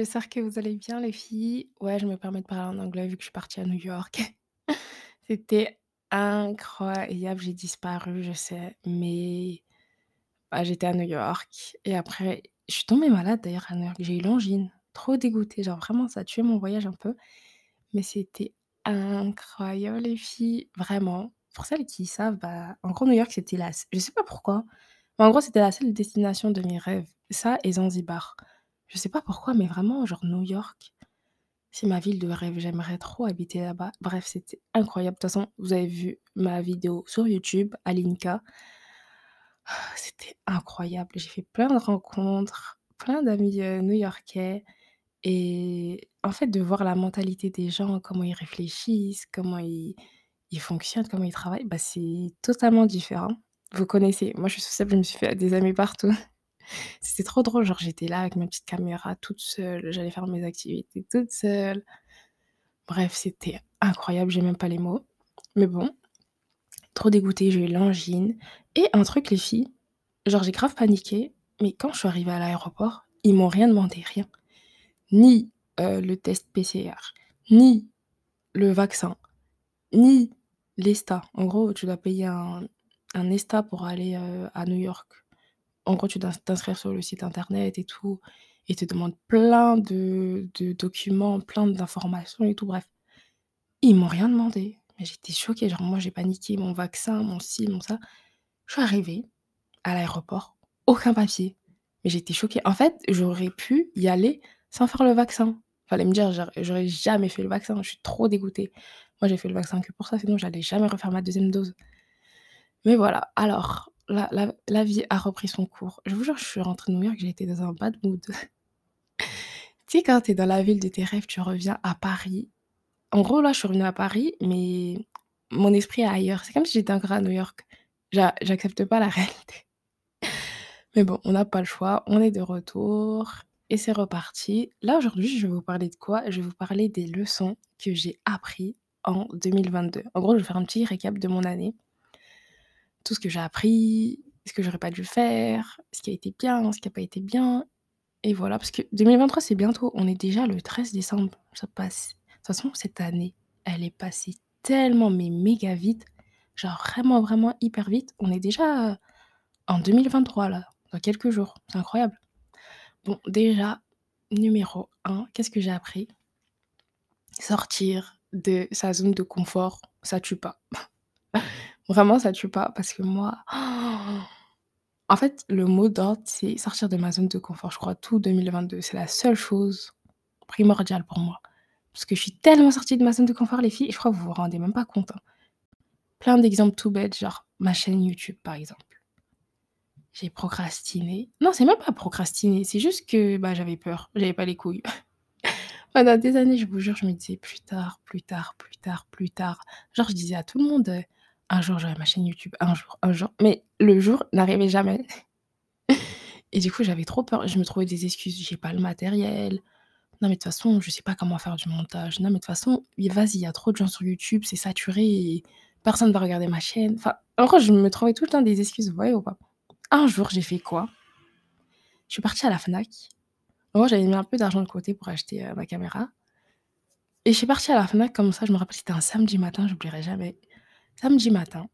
j'espère que vous allez bien les filles. Ouais, je me permets de parler en anglais vu que je suis partie à New York. C'était incroyable, j'ai disparu, je sais, mais bah, j'étais à New York et après je suis tombée malade d'ailleurs à New York, j'ai eu l'angine, trop dégoûtée, genre vraiment ça a tué mon voyage un peu, mais c'était incroyable les filles, vraiment. Pour celles qui savent, bah, en gros New York c'était je sais pas pourquoi, mais en gros c'était la seule destination de mes rêves, ça et Zanzibar. Je sais pas pourquoi, mais vraiment genre New York, c'est ma ville de rêve, j'aimerais trop habiter là-bas. Bref, c'était incroyable. De toute façon, vous avez vu ma vidéo sur YouTube, Alinka. C'était incroyable. J'ai fait plein de rencontres, plein d'amis, new-yorkais et en fait, de voir la mentalité des gens, comment ils réfléchissent, comment ils fonctionnent, comment ils travaillent, bah, c'est totalement différent. Vous connaissez, moi je suis sociable, je me suis fait des amis partout. C'était trop drôle, genre j'étais là avec ma petite caméra toute seule, j'allais faire mes activités toute seule. Bref, c'était incroyable, j'ai même pas les mots. Mais bon, trop dégoûtée, j'ai eu l'angine et un truc les filles, genre j'ai grave paniqué, mais quand je suis arrivée à l'aéroport, ils m'ont rien demandé, rien. Ni, le test PCR, ni le vaccin, ni l'ESTA. En gros, tu dois payer un ESTA pour aller, à New York. En gros, tu dois t'inscrire sur le site internet et tout, et ils te demandent plein de documents, plein d'informations et tout, bref. Ils m'ont rien demandé, mais j'étais choquée, genre moi j'ai paniqué, mon vaccin, mon ci, mon ça. Je suis arrivée à l'aéroport, aucun papier, mais j'étais choquée. En fait, j'aurais pu y aller sans faire le vaccin. Fallait me dire, j'aurais jamais fait le vaccin, je suis trop dégoûtée. Moi j'ai fait le vaccin que pour ça, sinon j'allais jamais refaire ma deuxième dose. Mais voilà, alors la vie a repris son cours. Je vous jure, je suis rentrée de New York, j'ai été dans un bad mood. Tu sais quand tu es dans la ville de tes rêves, tu reviens à Paris. En gros, là, je suis revenue à Paris, mais mon esprit est ailleurs. C'est comme si j'étais encore à New York. J'accepte pas la réalité. Mais bon, on n'a pas le choix, on est de retour et c'est reparti. Là, aujourd'hui, je vais vous parler de quoi? Je vais vous parler des leçons que j'ai appris en 2022. En gros, je vais faire un petit récap de mon année. Tout ce que j'ai appris, ce que j'aurais pas dû faire, ce qui a été bien, ce qui a pas été bien et voilà, parce que 2023, c'est bientôt. On est déjà le 13 décembre, ça passe. De toute façon, cette année, elle est passée tellement, mais méga vite, genre vraiment, vraiment hyper vite. On est déjà en 2023 là, dans quelques jours. C'est incroyable. Bon, déjà, numéro un, qu'est-ce que j'ai appris? Sortir de sa zone de confort, ça tue pas. Vraiment, ça tue pas parce que moi, en fait, le mot d'ordre, c'est sortir de ma zone de confort, je crois, tout 2022. C'est la seule chose primordiale pour moi. Parce que je suis tellement sortie de ma zone de confort, les filles, et je crois que vous vous rendez même pas compte, hein. Plein d'exemples tout bêtes, genre ma chaîne YouTube, par exemple. J'ai procrastiné. Non, c'est même pas procrastiner, c'est juste que, bah, j'avais peur, j'avais pas les couilles. Pendant des années, je vous jure, je me disais: «Plus tard, plus tard, plus tard, plus tard». Genre, je disais à tout le monde, «Un jour, j'aurai ma chaîne YouTube, un jour», mais le jour n'arrivait jamais et du coup, j'avais trop peur. Je me trouvais des excuses: «J'ai pas le matériel. Non, mais de toute façon, je sais pas comment faire du montage. Non, mais de toute façon, vas-y, il y a trop de gens sur YouTube, c'est saturé et personne va regarder ma chaîne». Enfin, en gros, je me trouvais tout le temps des excuses, vous voyez ou pas? Un jour, j'ai fait quoi? Je suis partie à la Fnac. En gros, j'avais mis un peu d'argent de côté pour acheter, ma caméra et je suis partie à la Fnac comme ça, je me rappelle, c'était un samedi matin, j'oublierai jamais. Samedi matin,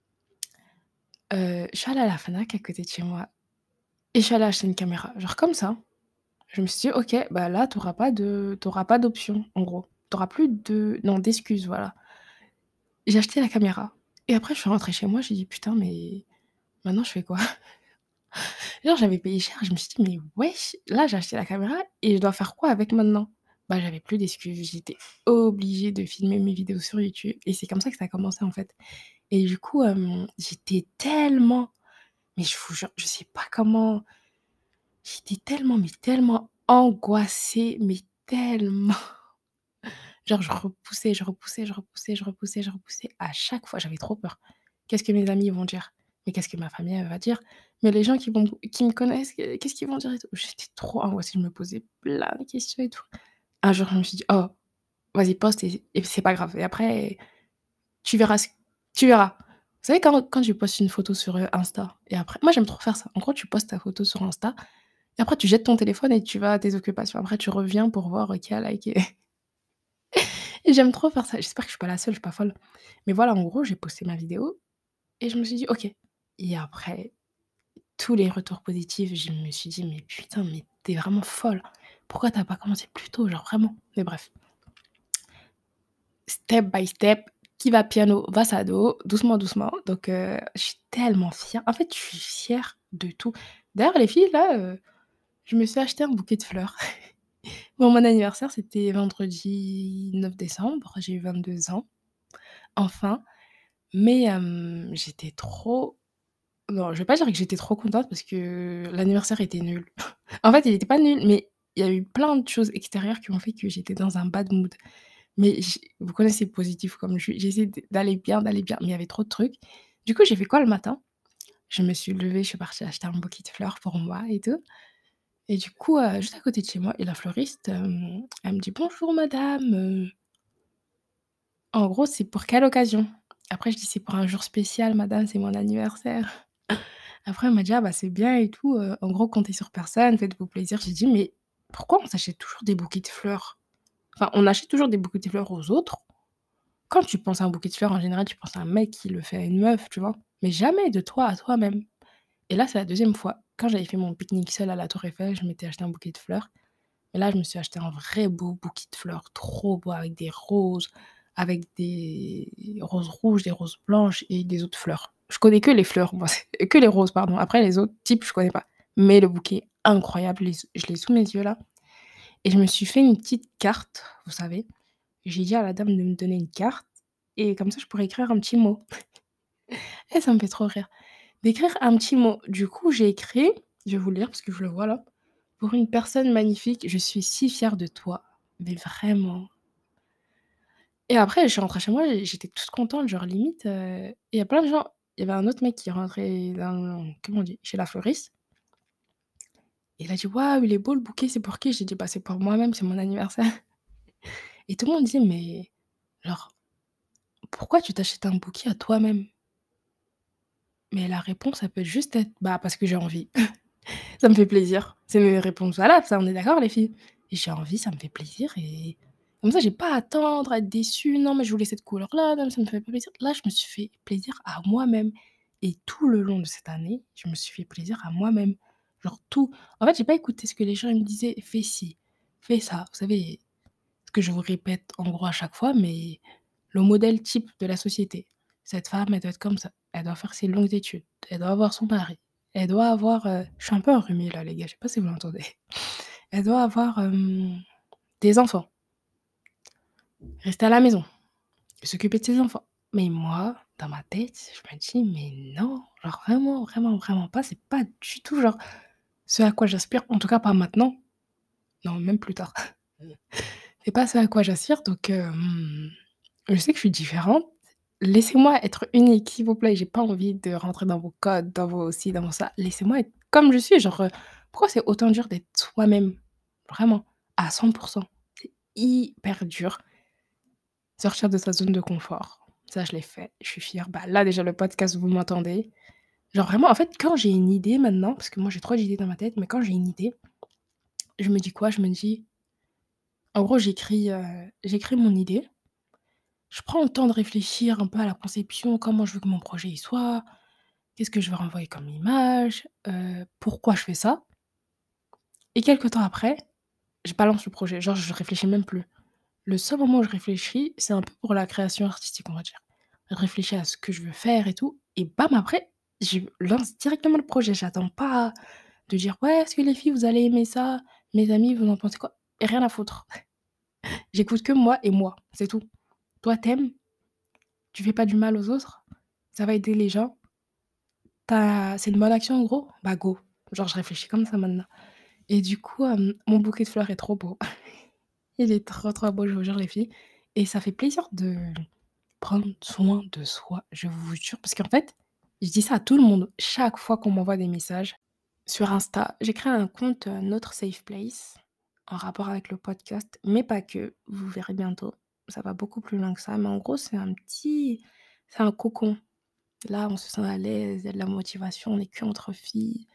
je suis allée à la Fnac à côté de chez moi et je suis allée acheter une caméra, genre comme ça. Je me suis dit: «OK, bah, là, tu auras pas d'option, en gros. Tu auras plus de non, d'excuses, voilà». J'ai acheté la caméra et après je suis rentrée chez moi, j'ai dit: «Putain, mais maintenant je fais quoi?» Genre j'avais payé cher, je me suis dit: «Mais wesh, là j'ai acheté la caméra et je dois faire quoi avec maintenant?» Bah, j'avais plus d'excuses, j'étais obligée de filmer mes vidéos sur YouTube et c'est comme ça que ça a commencé, en fait et du coup, j'étais tellement mais je vous jure, je sais pas comment j'étais tellement, mais tellement angoissée, mais tellement genre je repoussais, je repoussais, je repoussais, je repoussais, je repoussais. À chaque fois, j'avais trop peur. Qu'est-ce que mes amis vont dire? Mais qu'est-ce que ma famille, elle va dire? Mais les gens qui me connaissent, qu'est-ce qu'ils vont dire et tout? J'étais trop angoissée, je me posais plein de questions et tout. Un jour, je me suis dit: «Oh, vas-y poste et c'est pas grave et après tu verras tu verras». Vous savez quand je poste une photo sur, Insta et après moi j'aime trop faire ça. En gros, tu postes ta photo sur Insta Et après tu jettes ton téléphone et tu vas à tes occupations. Après tu reviens pour voir qui a liké. Et j'aime trop faire ça. J'espère que je suis pas la seule, je suis pas folle. Mais voilà, en gros, j'ai posté ma vidéo et je me suis dit: «OK». Et après tous les retours positifs, je me suis dit: «Mais putain, mais tu es vraiment folle. Pourquoi tu as pas commencé plus tôt?» Genre vraiment. Mais bref, step by step, qui va piano va sado, doucement, doucement. Donc je suis tellement fière. En fait, je suis fière de tout. D'ailleurs, les filles, là, je me suis acheté un bouquet de fleurs. Pour mon anniversaire, c'était vendredi 9 décembre, j'ai eu 22 ans, enfin. Mais j'étais trop non, je vais pas dire que j'étais trop contente parce que l'anniversaire était nul. En fait, il était pas nul, mais il y a eu plein de choses extérieures qui ont fait que j'étais dans un bad mood. Mais vous connaissez positif comme je suis, j'essaie d'aller bien, mais il y avait trop de trucs. Du coup, j'ai fait quoi le matin? Je me suis levée, je suis partie acheter un bouquet de fleurs pour moi et tout. Et du coup, juste à côté de chez moi et la fleuriste, elle me dit: «Bonjour madame, en gros, c'est pour quelle occasion?» Après je dis: «C'est pour un jour spécial madame, c'est mon anniversaire». Après elle m'a dit: «Ah bah, c'est bien et tout, en gros comptez sur personne, faites-vous plaisir». J'ai dit: «Mais pourquoi on s'achète toujours des bouquets de fleurs? Enfin, on achète toujours des bouquets de fleurs aux autres. Quand tu penses à un bouquet de fleurs, en général, tu penses à un mec qui le fait à une meuf, tu vois? Mais jamais de toi à toi-même». Et là, c'est la deuxième fois. Quand j'avais fait mon pique-nique seule à la Tour Eiffel, je m'étais acheté un bouquet de fleurs. Et là, je me suis acheté un vrai beau bouquet de fleurs, trop beau, avec des roses, avec des roses rouges, des roses blanches et des autres fleurs. Je connais que les fleurs, moi, c'est que les roses, pardon. Après, les autres types, je connais pas. Mais le bouquet, incroyable, je l'ai sous mes yeux là. Et je me suis fait une petite carte, vous savez. J'ai dit à la dame de me donner une carte et comme ça, je pourrais écrire un petit mot. Et ça me fait trop rire. D'écrire un petit mot. Du coup, j'ai écrit, je vais vous le lire parce que je le vois là. «Pour une personne magnifique, je suis si fière de toi». Mais vraiment. Et après, je suis rentrée chez moi et j'étais toute contente, genre limite, il y a plein de gens il y avait un autre mec qui est rentré dans comment on dit? Chez la fleuriste. Il a dit: «Waouh, il est beau le bouquet, c'est pour qui?» J'ai dit: «Bah, c'est pour moi-même, c'est mon anniversaire». Et tout le monde dit: «Mais genre, pourquoi tu t'achètes un bouquet à toi-même?» Mais la réponse, elle peut juste être: «Bah, parce que j'ai envie». Ça me fait plaisir. C'est une réponse valable ça, on est d'accord les filles? Et j'ai envie, ça me fait plaisir et comme ça j'ai pas à attendre, à être déçue: «Non mais je voulais cette couleur-là, non mais ça me fait pas plaisir». Là, je me suis fait plaisir à moi-même et tout le long de cette année, je me suis fait plaisir à moi-même. Genre tout. En fait, j'ai pas écouté ce que les gens ils me disaient: «Fais ci, fais ça». Vous savez, ce que je vous répète en gros à chaque fois, mais le modèle type de la société. Cette femme, elle doit être comme ça, elle doit faire ses longues études, elle doit avoir son mari, elle doit avoir, je suis un peu enrhumée là les gars, je sais pas si vous l'entendez. Elle doit avoir, des enfants, rester à la maison, s'occuper de ses enfants. Mais moi, dans ma tête, je me dis: «Mais non, genre vraiment, vraiment, vraiment pas, c'est pas du tout genre ce à quoi j'aspire, en tout cas pas maintenant, non même plus tard». C'est pas ce à quoi j'aspire donc je sais que je suis différente. Laissez-moi être unique, s'il vous plaît. J'ai pas envie de rentrer dans vos codes, dans vos ci, dans vos ça. Laissez-moi être comme je suis, genre, pourquoi c'est autant dur d'être soi-même? Vraiment, à 100. C'est hyper dur, sortir de sa zone de confort. Ça, je l'ai fait, je suis fière. Bah, là, déjà, le podcast, vous m'entendez. Genre vraiment, en fait, quand j'ai une idée maintenant, parce que moi, j'ai trop d'idées dans ma tête, mais quand j'ai une idée, je me dis quoi? Je me dis en gros, j'écris mon idée. Je prends le temps de réfléchir un peu à la conception, comment je veux que mon projet il soit, qu'est-ce que je veux renvoyer comme image, pourquoi je fais ça et quelque temps après, je balance le projet. Genre je réfléchis même plus. Le seul moment où je réfléchis, c'est un peu pour la création artistique, on va dire. Je réfléchis à ce que je veux faire et tout et bam, après, je lance directement le projet. J'attends pas de dire: «Ouais, est-ce que les filles vous allez aimer ça? Mes amis, vous en pensez quoi?» Et rien à foutre. J'écoute que moi et moi, c'est tout. Toi, t'aimes, tu fais pas du mal aux autres, ça va aider les gens. C'est une bonne action en gros? Bah go. Genre je réfléchis comme ça maintenant et du coup, mon bouquet de fleurs est trop beau. Il est trop, trop beau, je vous jure les filles et ça fait plaisir de prendre soin de soi, je vous jure. Parce qu'en fait, je dis ça à tout le monde, chaque fois qu'on m'envoie des messages sur Insta. J'ai créé un compte, Notre Safe Place en rapport avec le podcast, mais pas que, vous verrez bientôt. Ça va beaucoup plus loin que ça, mais en gros, c'est un cocon. Là, on se sent à l'aise, il y a de la motivation, on est qu'entre filles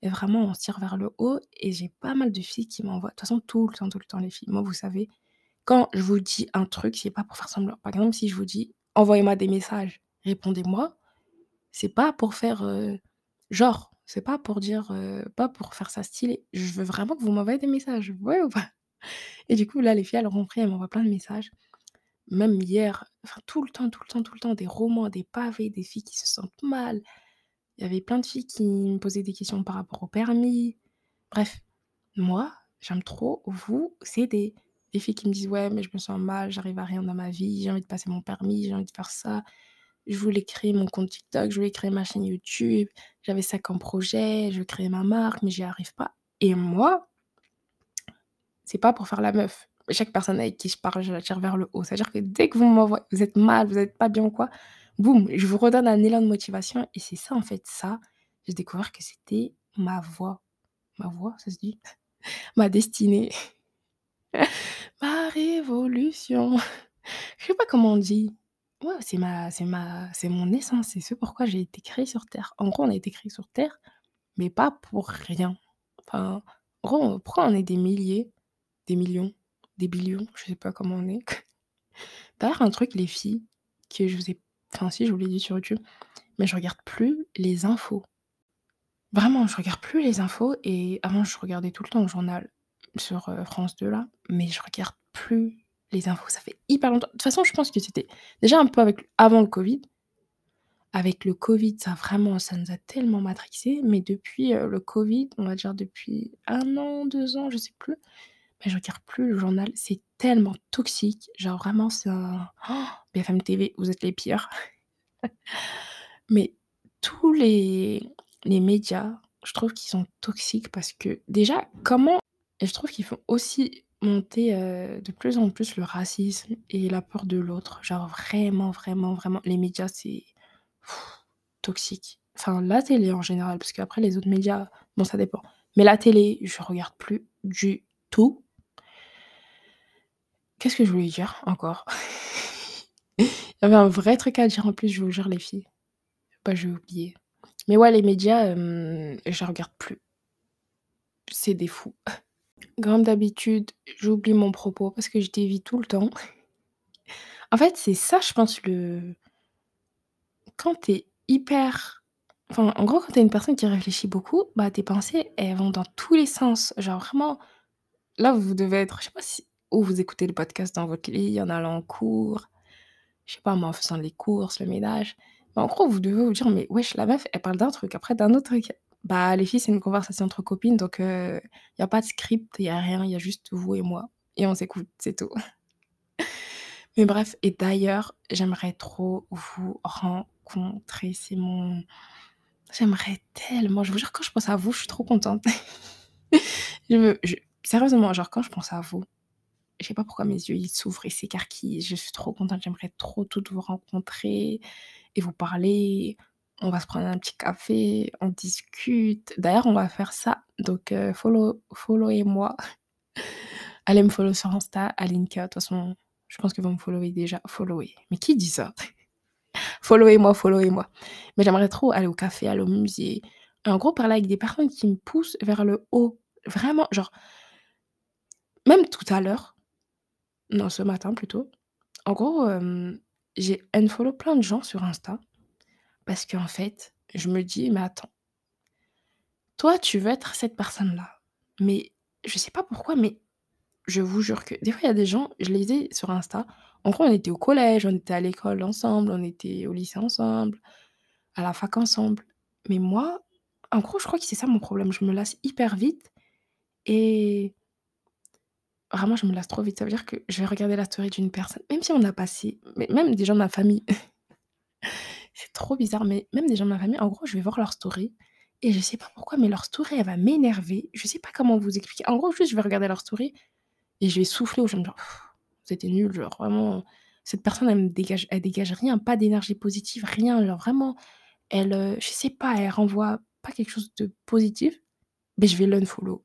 et vraiment on se tire vers le haut et j'ai pas mal de filles qui m'envoient de toute façon tout le temps les filles. Moi, vous savez, quand je vous dis un truc, c'est pas pour faire semblant. Par exemple, si je vous dis: «Envoyez-moi des messages, répondez-moi», c'est pas pour faire, genre, c'est pas pour dire, pas pour faire ça stylé. Je veux vraiment que vous m'envoyez des messages, ouais ou pas? Et du coup, là, les filles, elles ont compris, elles m'envoient plein de messages. Même hier, enfin tout le temps, tout le temps, tout le temps, des romans, des pavés, des filles qui se sentent mal. Il y avait plein de filles qui me posaient des questions par rapport au permis. Bref, moi, j'aime trop vous aider. Des filles qui me disent: «Ouais, mais je me sens mal, j'arrive à rien dans ma vie, j'ai envie de passer mon permis, j'ai envie de faire ça. Je voulais créer mon compte TikTok, je voulais créer ma chaîne YouTube, j'avais ça comme projet, je veux créer ma marque, mais j'y arrive pas». Et moi, c'est pas pour faire la meuf. Chaque personne avec qui je parle, je la tire vers le haut. C'est-à-dire que dès que vous êtes mal, vous êtes pas bien ou quoi, boum, je vous redonne un élan de motivation et c'est ça, en fait, ça, j'ai découvert que c'était ma voie. Ma voie, ça se dit? Ma destinée, ma révolution. Je sais pas comment on dit. Ouais, c'est mon essence, c'est ce pourquoi j'ai été créée sur terre. En gros, on a été créé sur terre, mais pas pour rien. Enfin, en gros, pourquoi on est des milliers, des millions, des billions, je sais pas comment on est. D'ailleurs, un truc, les filles, que je vous ai enfin si, je vous l'ai dit sur YouTube, mais je regarde plus les infos. Vraiment, je regarde plus les infos et avant, je regardais tout le temps le journal sur, France 2 là, mais je regarde plus les infos, ça fait hyper longtemps. De toute façon, je pense que c'était déjà un peu avec avant le covid. Avec le covid, ça nous a tellement matrixés, mais depuis, le covid, on va dire depuis 1 an, 2 ans, je sais plus, mais je regarde plus le journal, c'est tellement toxique, genre vraiment c'est un BFM TV, vous êtes les pires. Mais tous les médias, je trouve qu'ils sont toxiques parce que déjà, comment et je trouve qu'ils font aussi monter, de plus en plus le racisme et la peur de l'autre. Genre vraiment, vraiment, vraiment, les médias, c'est toxique. Enfin, la télé en général, parce qu'après les autres médias, bon ça dépend. Mais la télé, je regarde plus du tout. Qu'est-ce que je voulais dire encore? Il y avait un vrai truc à dire en plus, je vous jure les filles. Bah, j'ai oublié. Mais ouais, les médias, je regarde plus. C'est des fous. Comme d'habitude, j'oublie mon propos parce que je dévie tout le temps. En fait, c'est ça, je pense, le quand tu es hyper enfin, en gros, quand tu es une personne qui réfléchit beaucoup, bah, tes pensées, elles vont dans tous les sens. Genre vraiment, là, vous devez être je sais pas si ou vous écoutez le podcast dans votre lit, en allant en cours, je sais pas moi, en faisant les courses, le ménage. Mais en gros, vous devez vous dire: «Mais wesh, la meuf, elle parle d'un truc, après d'un autre truc». Bah, les filles, c'est une conversation entre copines, donc y a pas de script, il y a rien, il y a juste vous et moi et on s'écoute, c'est tout. Mais bref et d'ailleurs, j'aimerais trop vous rencontrer, c'est mon j'aimerais tellement, je vous jure, quand je pense à vous, je suis trop contente. Je sérieusement, genre, quand je pense à vous, je sais pas pourquoi mes yeux, ils s'ouvrent et s'écarquillent. Je suis trop contente, j'aimerais trop toutes vous rencontrer et vous parler. On va se prendre un petit café, on discute. D'ailleurs, on va faire ça, donc followez-moi. Allez me follow sur Insta, Alinka. De toute façon, je pense que vous me followez déjà. Follower, mais qui dit ça? Followez-moi, followez-moi. Mais j'aimerais trop aller au café, aller au musée et en gros parler avec des personnes qui me poussent vers le haut. Vraiment, genre, même tout à l'heure, non, ce matin plutôt, en gros, j'ai unfollow plein de gens sur Insta parce qu'en fait, je me dis: «Mais attends, toi, tu veux être cette personne-là, mais je sais pas pourquoi, mais je vous jure que des fois, il y a des gens, je les ai sur Insta, en gros, on était au collège, on était à l'école ensemble, on était au lycée ensemble, à la fac ensemble. Mais moi, en gros, je crois que c'est ça mon problème, je me lasse hyper vite et vraiment, je me lasse trop vite. Ça veut dire que je vais regarder la story d'une personne, même si on a passé mais même des gens de ma famille, c'est trop bizarre, mais même des gens de ma famille, en gros, je vais voir leur story et je sais pas pourquoi, mais leur story, elle va m'énerver. Je sais pas comment vous expliquer. En gros, juste, je vais regarder leur story et je vais souffler ou je vais me dire: «C'était nul», genre vraiment, cette personne, elle dégage rien, pas d'énergie positive, rien, genre vraiment, elle, je sais pas, elle renvoie pas quelque chose de positif, beh, je vais l'unfollow.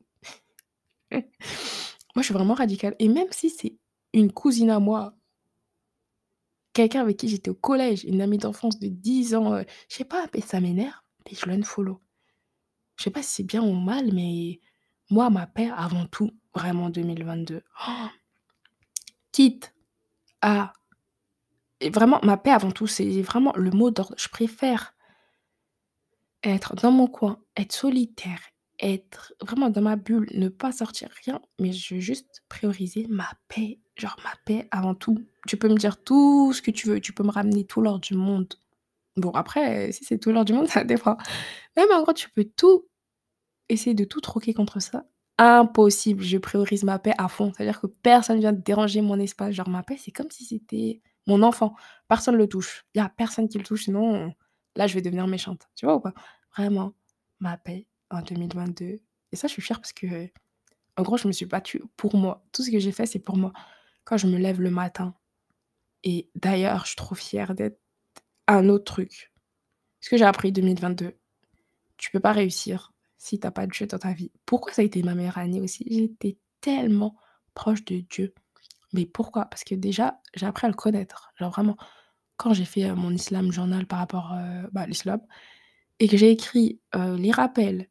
Moi, je suis vraiment radicale et même si c'est une cousine à moi, quelqu'un avec qui j'étais au collège, une amie d'enfance de 10 ans, je sais pas, beh, ça m'énerve, beh, je l'unfollow. Je sais pas si c'est bien ou mal, mais moi, ma paix avant tout, vraiment 2022. Quitte à et vraiment ma paix avant tout, c'est vraiment le mot d'ordre. Je préfère être dans mon coin, être solitaire, être vraiment dans ma bulle, ne pas sortir, rien, mais je veux juste prioriser ma paix, genre ma paix avant tout. Tu peux me dire tout ce que tu veux, tu peux me ramener tout l'or du monde. Bon après, si c'est tout l'or du monde, ça dépend. Même en gros, tu peux tout essayer de tout troquer contre ça. Impossible, je priorise ma paix à fond. C'est-à-dire que personne vient déranger mon espace. Genre ma paix, c'est comme si c'était mon enfant. Personne le touche. Il y a personne qui le touche, sinon là, je vais devenir méchante. Tu vois ou pas? Vraiment, ma paix en 2022 et ça, je suis fière parce que, en gros, je me suis battue pour moi. Tout ce que j'ai fait, c'est pour moi. Quand je me lève le matin et d'ailleurs, je suis trop fière d'être un autre truc. Ce que j'ai appris 2022. Tu peux pas réussir si tu as pas Dieu dans ta vie. Pourquoi ça a été ma meilleure année aussi? J'étais tellement proche de Dieu. Mais pourquoi? Parce que déjà, j'ai appris à le connaître. Genre vraiment, quand j'ai fait, mon Islam journal par rapport, à l'islam et que j'ai écrit, les rappels,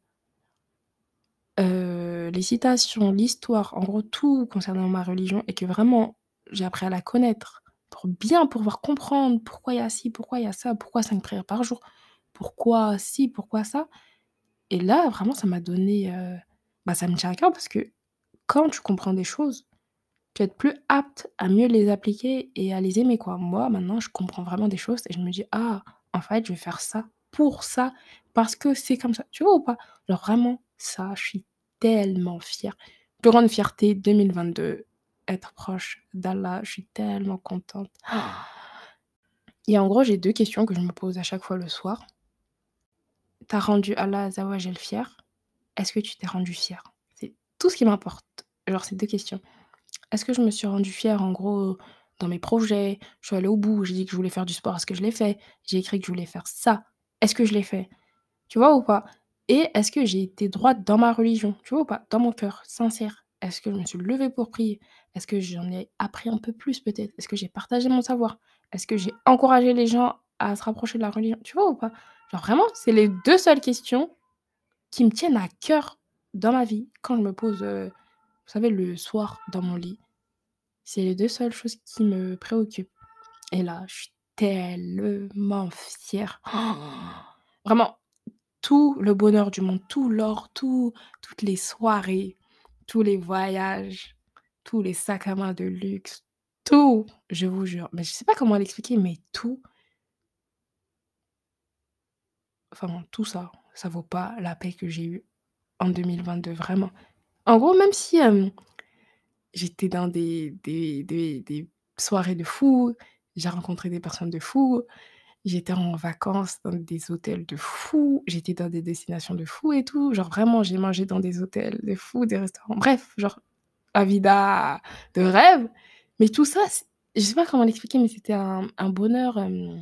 les citations, l'histoire, en gros tout concernant ma religion et que vraiment j'ai appris à la connaître pour bien pouvoir comprendre pourquoi il y a ci, pourquoi il y a ça, pourquoi 5 prières par jour, pourquoi ci, pourquoi ça. Et là, vraiment, ça m'a donné, ça me tient à cœur parce que quand tu comprends des choses, tu vas être plus apte à mieux les appliquer et à les aimer, quoi. Moi, maintenant, je comprends vraiment des choses et je me dis: «Ah, en fait, je vais faire ça pour ça, parce que c'est comme ça». Tu vois ou pas? Genre vraiment, ça, je suis tellement fière. Plus grande fierté 2022, être proche d'Allah, je suis tellement contente. Et en gros, j'ai 2 questions que je me pose à chaque fois le soir. Tu as rendu Allah Azza wa Jal fier? Est-ce que tu t'es rendu fier? C'est tout ce qui m'importe. Genre ces 2 questions. Est-ce que je me suis rendue fière en gros dans mes projets? Je suis allée au bout, j'ai dit que je voulais faire du sport, est-ce que je l'ai fait? J'ai écrit que je voulais faire ça, est-ce que je l'ai fait? Tu vois ou pas? Et est-ce que j'ai été droite dans ma religion? Tu vois ou pas? Dans mon cœur, sincère. Est-ce que je me suis levée pour prier? Est-ce que j'en ai appris un peu plus peut-être? Est-ce que j'ai partagé mon savoir? Est-ce que j'ai encouragé les gens à se rapprocher de la religion? Tu vois ou pas? Genre vraiment, c'est les 2 seules questions qui me tiennent à cœur dans ma vie quand je me pose, vous savez, le soir dans mon lit. C'est les 2 seules choses qui me préoccupent et là, je suis tellement fière. Vraiment, tout le bonheur du monde, tout l'or, toutes les soirées, tous les voyages, tous les sacs à main de luxe, tout, je vous jure, mais je sais pas comment l'expliquer, mais tout, enfin tout ça, ça vaut pas la paix que j'ai eue en 2022, vraiment. En gros, même si, j'étais dans des soirées de fou, j'ai rencontré des personnes de fou, j'étais en vacances dans des hôtels de fou, j'étais dans des destinations de fou et tout. Genre vraiment, j'ai mangé dans des hôtels de fou, des restaurants, bref, genre la vida de rêve. Mais tout ça, je sais pas comment l'expliquer, mais c'était un bonheur,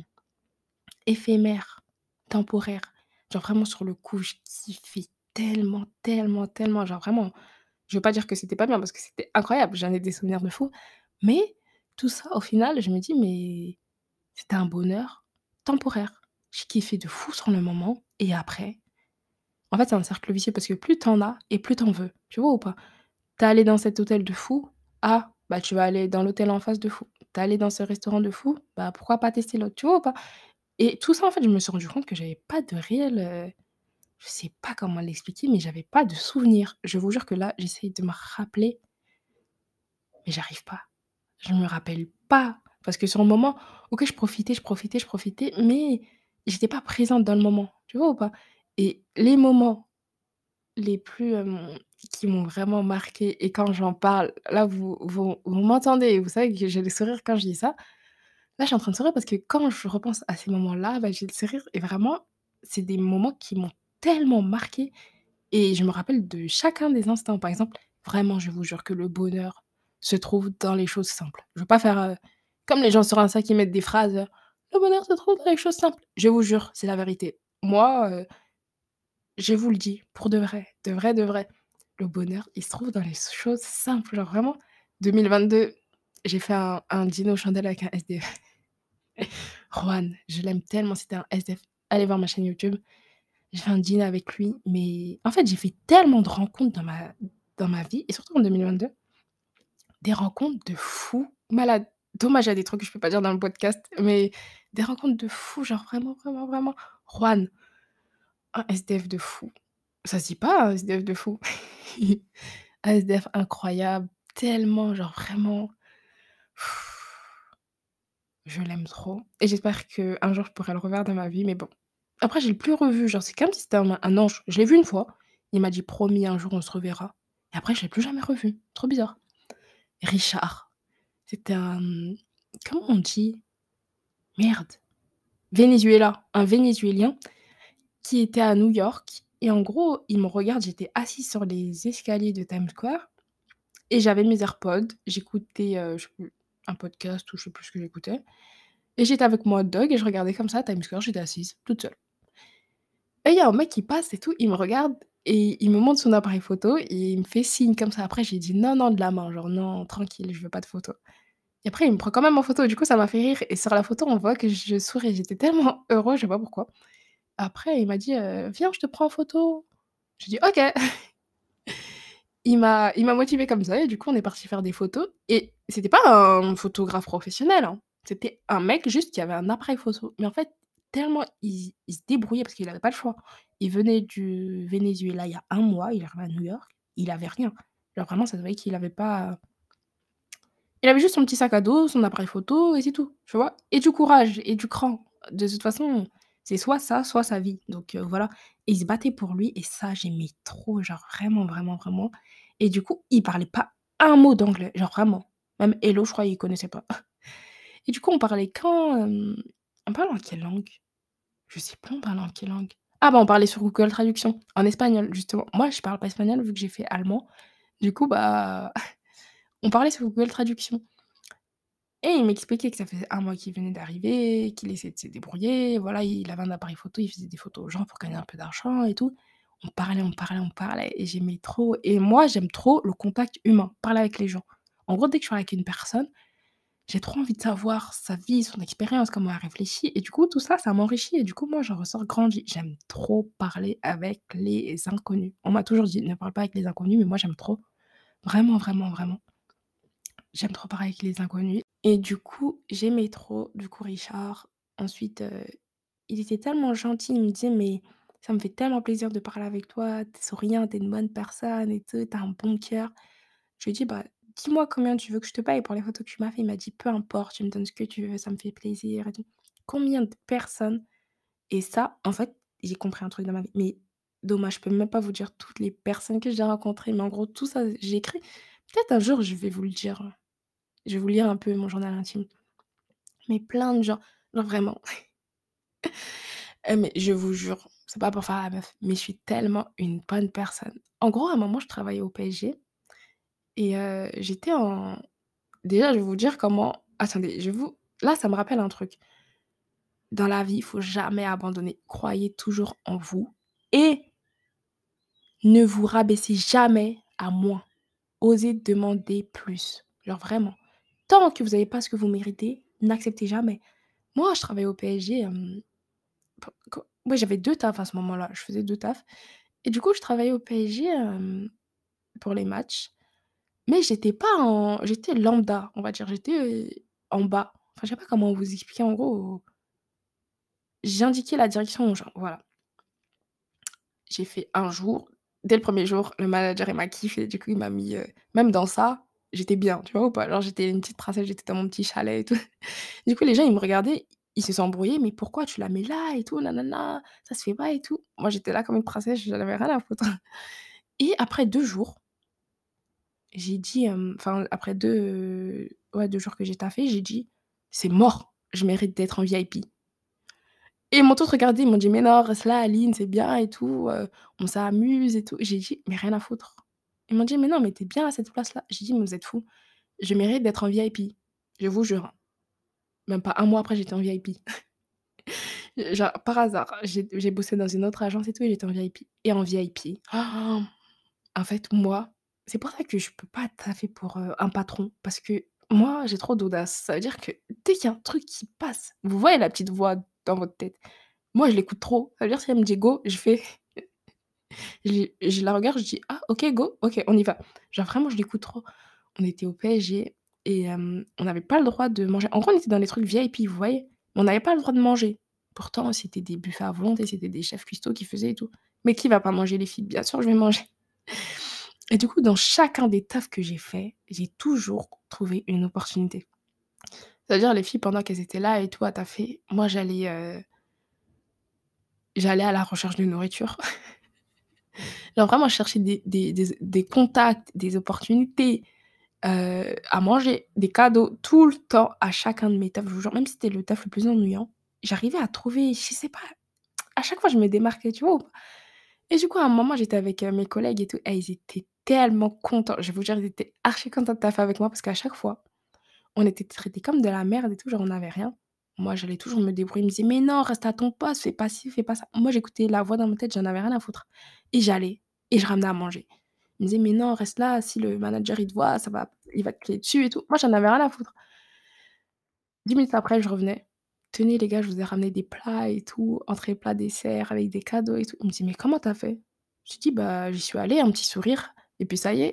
éphémère, temporaire. Genre vraiment sur le coup, je kiffais tellement, tellement, tellement, genre vraiment je veux pas dire que c'était pas bien parce que c'était incroyable, j'en ai des souvenirs de fou, mais tout ça au final, je me dis: «Mais c'était un bonheur temporaire». J'ai kiffé de fou sur le moment et après, en fait, c'est un cercle vicieux parce que plus tu en as et plus tu en veux, tu vois ou pas? Tu es allé dans cet hôtel de fou, ah, bah, tu vas aller dans l'hôtel en face de fou. Tu es allé dans ce restaurant de fou, bah, pourquoi pas tester l'autre, tu vois ou pas? Et tout ça, en fait, je me suis rendu compte que j'avais pas de réel, je sais pas comment l'expliquer, mais j'avais pas de souvenir. Je vous jure que là, j'essaye de me rappeler, mais j'arrive pas. Je me rappelle pas, parce que sur le moment, OK, je profitais, mais j'étais pas présente dans le moment, tu vois ou pas? Et les moments les plus, qui m'ont vraiment marquée et quand j'en parle, là, vous m'entendez, vous savez que j'ai le sourire quand je dis ça. Là, je suis en train de sourire parce que quand je repense à ces moments-là, bah, j'ai le sourire et vraiment, c'est des moments qui m'ont tellement marquée et je me rappelle de chacun des instants. Par exemple, vraiment, je vous jure que le bonheur se trouve dans les choses simples. Je veux pas faire, comme les gens sur Insta qui mettent des phrases, «Le bonheur se trouve dans les choses simples». Je vous jure, c'est la vérité. Moi, je vous le dis, pour de vrai, de vrai, de vrai. Le bonheur, il se trouve dans les choses simples. Genre vraiment, 2022, j'ai fait un dîner aux chandelles avec un SDF. Juan, je l'aime tellement, c'était un SDF. Allez voir ma chaîne YouTube. J'ai fait un dîner avec lui, mais en fait, j'ai fait tellement de rencontres dans ma vie et surtout en 2022, des rencontres de fous malades. Dommage, il y a des trucs que je peux pas dire dans le podcast, mais des rencontres de fous, genre vraiment, vraiment, vraiment. Juan, un SDF de fou. Ça se dit pas un SDF de fou. Un SDF incroyable, tellement, genre vraiment, je l'aime trop et j'espère qu'un jour je pourrai le revoir dans ma vie, mais bon. Après, je l'ai plus revu, genre, c'est comme si c'était un ange. Je l'ai vu une fois, il m'a dit: «Promis, un jour on se reverra» et après je l'ai plus jamais revu. Trop bizarre. Richard, c'était comment on dit? Merde, Venezuela, un Vénézuélien qui était à New York et en gros, il me regarde, j'étais assise sur les escaliers de Times Square et j'avais mes AirPods, j'écoutais, je sais plus, un podcast ou je sais plus ce que j'écoutais et j'étais avec mon hot dog et je regardais comme ça Times Square, j'étais assise, toute seule. Et il y a un mec qui passe et tout, il me regarde et il me montre son appareil photo et il me fait signe comme ça. Après, j'ai dit: «Non, non», de la main, genre: «Non, tranquille, je veux pas de photo» et après, il me prend quand même en photo. Du coup, ça m'a fait rire et sur la photo, on voit que je souris. J'étais tellement heureux, je sais pas pourquoi. Après, il m'a dit: «Viens, je te prends en photo». J'ai dit: «OK». Il m'a motivée comme ça et du coup, on est parti faire des photos et c'était pas un photographe professionnel, hein. C'était un mec juste qui avait un appareil photo. Mais en fait, tellement il se débrouillait parce qu'il avait pas le choix. Il venait du Venezuela il y a un mois, il est arrivé à New York, il avait rien. Genre vraiment, ça se voyait qu'il avait pas il avait juste son petit sac à dos, son appareil photo et c'est tout, tu vois? Et du courage et du cran. De toute façon, c'est soit ça, soit sa vie. Donc voilà et il se battait pour lui et ça, j'aimais trop, genre vraiment, vraiment, vraiment et du coup, il parlait pas un mot d'anglais, genre vraiment. Même hello, je crois, il connaissait pas et du coup, on parlait on parle en quelle langue? Je sais plus, on parlait en quelle langue? Ah bah, on parlait sur Google Traduction, en espagnol, justement. Moi, je parle pas espagnol vu que j'ai fait allemand. Du coup, bah, on parlait sur Google Traduction. Et il m'expliquait que ça faisait un mois qu'il venait d'arriver, qu'il essayait de se débrouiller, voilà, il avait un appareil photo, il faisait des photos aux gens pour gagner un peu d'argent et tout. On parlait, on parlait, on parlait et j'aimais trop et moi, j'aime trop le contact humain, parler avec les gens. En gros, dès que je parle avec une personne, j'ai trop envie de savoir sa vie, son expérience, comment elle réfléchit et du coup, tout ça, ça m'enrichit et du coup, moi, j'en ressors grandi. J'aime trop parler avec les inconnus. On m'a toujours dit: «Ne parle pas avec les inconnus», mais moi, j'aime trop. Vraiment, vraiment, vraiment. J'aime trop parler avec les inconnus et du coup, j'aimais trop, du coup, Richard. Ensuite, il était tellement gentil, il me disait: «Mais ça me fait tellement plaisir de parler avec toi, tu es souriant, tu es une bonne personne et tout, tu as un bon cœur». Je lui ai dit: «Bah, dis-moi combien tu veux que je te paye pour les photos que tu m'as fait?» Il m'a dit: «Peu importe, tu me donnes ce que tu veux, ça me fait plaisir et tout». Combien de personnes et ça, en fait, j'ai compris un truc dans ma vie, mais dommage, je peux même pas vous dire toutes les personnes que j'ai rencontrées, mais en gros, tout ça, j'ai écrit. Peut-être un jour, je vais vous le dire. Je vais vous lire un peu mon journal intime. Mais plein de gens, genre vraiment, mais je vous jure, c'est pas pour faire la meuf, mais je suis tellement une bonne personne. En gros, à un moment, je travaillais au PSG et j'étais en déjà, je vais vous dire comment attendez, je vous là, ça me rappelle un truc. Dans la vie, il faut jamais abandonner. Croyez toujours en vous et ne vous rabaissez jamais à moins. Osez demander plus. Genre vraiment. Tant que vous avez pas ce que vous méritez, n'acceptez jamais. Moi, je travaillais au PSG, P co ouais, j'avais 2 tafs à ce moment-là, je faisais 2 tafs et du coup, je travaillais au PSG, pour les matchs, mais j'étais lambda, on va dire, j'étais, en bas. Enfin, je sais pas comment vous expliquer, en gros, j'indiquais la direction aux gens, voilà. J'ai fait un jour, dès le premier jour, le manager, il m'a kiffé, du coup, il m'a mis, même dans ça, j'étais bien, tu vois ou pas? Genre, j'étais une petite princesse, j'étais dans mon petit chalet et tout. Du coup, les gens, ils me regardaient, ils se sont embrouillés: «Mais pourquoi tu la mets là et tout, nanana, ça se fait pas et tout». Moi, j'étais là comme une princesse, j'en avais rien à foutre et après 2 jours, j'ai dit, enfin, après 2 jours que j'ai taffé, j'ai dit: «C'est mort, je mérite d'être en VIP». Et ils m'ont tous regardé, ils m'ont dit: «Mais non, reste là, Aline, c'est bien et tout, on s'amuse et tout». J'ai dit: «Mais rien à foutre». Ils m'ont dit: «Mais non, mais tu es bien à cette place-là». J'ai dit: «Mais vous êtes fous, je mérite d'être en VIP». Je vous jure, hein, même pas un mois après, j'étais en VIP. Genre par hasard, j'ai bossé dans une autre agence et tout et j'étais en VIP et en VIP, en fait, moi, c'est pour ça que je peux pas taffer pour, un patron parce que moi, j'ai trop d'audace. Ça veut dire que dès qu'il y a un truc qui passe, vous voyez la petite voix dans votre tête? Moi, je l'écoute trop. Ça veut dire si elle me dit: «Go», je fais je la regarde, je dis: «Ah OK, go, OK, on y va». Genre vraiment, je l'écoute trop. On était au PSG et on n'avait pas le droit de manger. En gros, on était dans les trucs VIP, vous voyez? Mais on n'avait pas le droit de manger. Pourtant, c'était des buffets à volonté, c'était des chefs cuistots qui faisaient et tout. Mais qui va pas manger les filles? Bien sûr, je vais manger. Et du coup, dans chacun des tafs que j'ai fait, j'ai toujours trouvé une opportunité. C'est-à-dire les filles pendant qu'elles étaient là et tout à taffer, moi j'allais à la recherche de nourriture. Genre vraiment je cherchais des contacts, des opportunités, à manger, des cadeaux, tout le temps, à chacun de mes tafs, je vous jure, même si c'était le taf le plus ennuyant, j'arrivais à trouver, je sais pas, à chaque fois je me démarquais, tu vois ou pas? Et du coup, à un moment, j'étais avec, mes collègues et tout, et ils étaient tellement contents. Je vais vous dire, ils étaient archi contents de taffer avec moi parce qu'à chaque fois, on était traités comme de la merde et tout, genre on n'avait rien. Moi, j'allais toujours me débrouiller, ils me disaient: «Mais non, reste à ton poste, fais pas ci, fais pas ça». Moi, j'écoutais la voix dans ma tête, j'en avais rien à foutre et j'allais et je ramenais à manger. Ils me disaient: «Mais non, reste là, si le manager, il te voit, ça va il va te crier dessus et tout». Moi, j'en avais rien à foutre. 10 minutes après, je revenais: «Tenez les gars, je vous ai ramené des plats et tout, entrée, plat, dessert avec des cadeaux et tout». Ils me disaient: «Mais comment tu as fait?» Je dis: «Bah, j'y suis allée, un petit sourire et puis ça y est».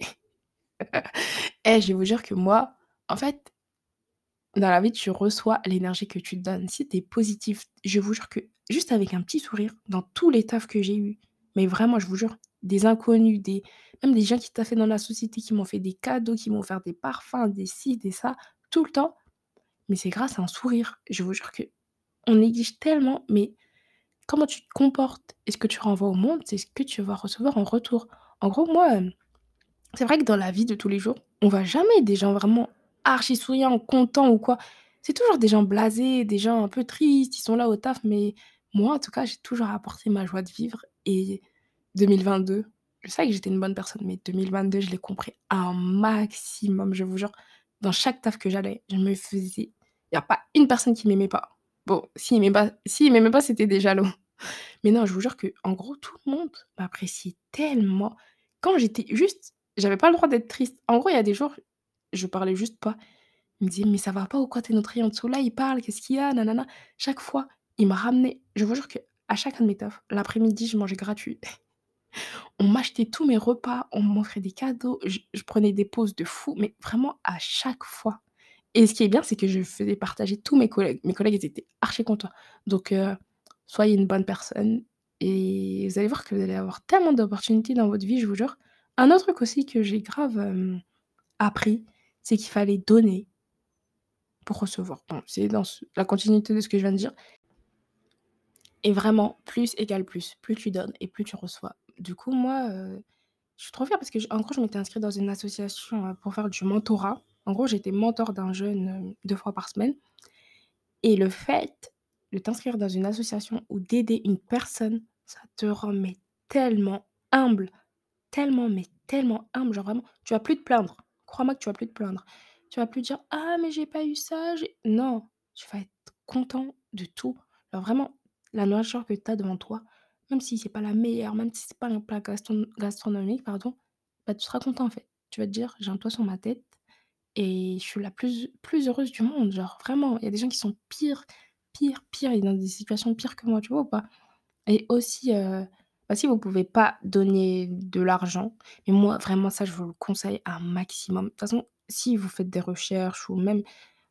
Eh, je vais vous dire que moi, en fait, dans la vie, tu reçois l'énergie que tu donnes. Si tu es positif, je vous jure que juste avec un petit sourire, dans tous les tafs que j'ai eus, mais vraiment, je vous jure, des inconnus, des même des gens qui taffaient dans la société, qui m'ont fait des cadeaux, qui m'ont offert des parfums, des ci, des ça, tout le temps, mais c'est grâce à un sourire. Je vous jure qu'on néglige tellement, mais comment tu te comportes et ce que tu renvoies au monde, c'est ce que tu vas recevoir en retour. En gros, moi, c'est vrai que dans la vie de tous les jours, on voit jamais des gens vraiment archi souriants, contents ou quoi. C'est toujours des gens blasés, des gens un peu tristes, ils sont là au taf, mais moi, en tout cas, j'ai toujours apporté ma joie de vivre et 2022, je sais que j'étais une bonne personne, mais 2022, je l'ai compris un maximum, je vous jure. Dans chaque taf que j'allais, je me faisais il y a pas une personne qui m'aimait pas. Bon, s'ils m'aimaient pas, c'était des jaloux. Mais non, je vous jure que en gros, tout le monde m'appréciait tellement. Quand j'étais juste j'avais pas le droit d'être triste. En gros, il y a des jours, je parlais juste pas. Il me disait: «Mais ça va pas ou quoi? Tu es notre rayon de soleil, parle, qu'est-ce qu'il y a? Nanana». Chaque fois, il m'a ramené je vous jure qu'à chacun de mes tafs, l'après-midi, je mangeais gratuit. On m'achetait tous mes repas, on m'offrait des cadeaux, je prenais des pauses de fou, mais vraiment à chaque fois. Et ce qui est bien, c'est que je faisais partager tous mes collègues. Mes collègues, ils étaient archi contents. Donc soyez une bonne personne et vous allez voir que vous allez avoir tellement d'opportunités dans votre vie, je vous jure. Un autre truc aussi que j'ai grave, appris, c'est qu'il fallait donner pour recevoir. Bon, c'est dans la continuité de ce que je viens de dire et vraiment plus égale plus. Plus tu donnes et plus tu reçois. Du coup, moi, je suis trop fière parce que en gros, je m'étais inscrite dans une association, pour faire du mentorat. En gros, j'étais mentor d'un jeune, 2 fois par semaine. Et le fait de t'inscrire dans une association ou d'aider une personne, ça te rend mais tellement humble, tellement, mais tellement humble, genre vraiment, tu vas plus te plaindre. Crois-moi que tu vas plus te plaindre. Tu vas plus dire: «Ah mais j'ai pas eu ça, j'ai» non, tu vas être content de tout. Genre vraiment, la nourriture que tu as devant toi, même si c'est pas la meilleure, même si c'est pas un plat gastronomique, pardon, bah, tu seras content en fait. Tu vas te dire: «J'ai un toit sur ma tête et je suis la plus heureuse du monde». Genre vraiment, il y a des gens qui sont pires, pires, pires et dans des situations pires que moi, tu vois ou pas? Et aussi, bah, si vous pouvez pas donner de l'argent, mais moi vraiment ça je vous le conseille un maximum. De toute façon, si vous faites des recherches ou même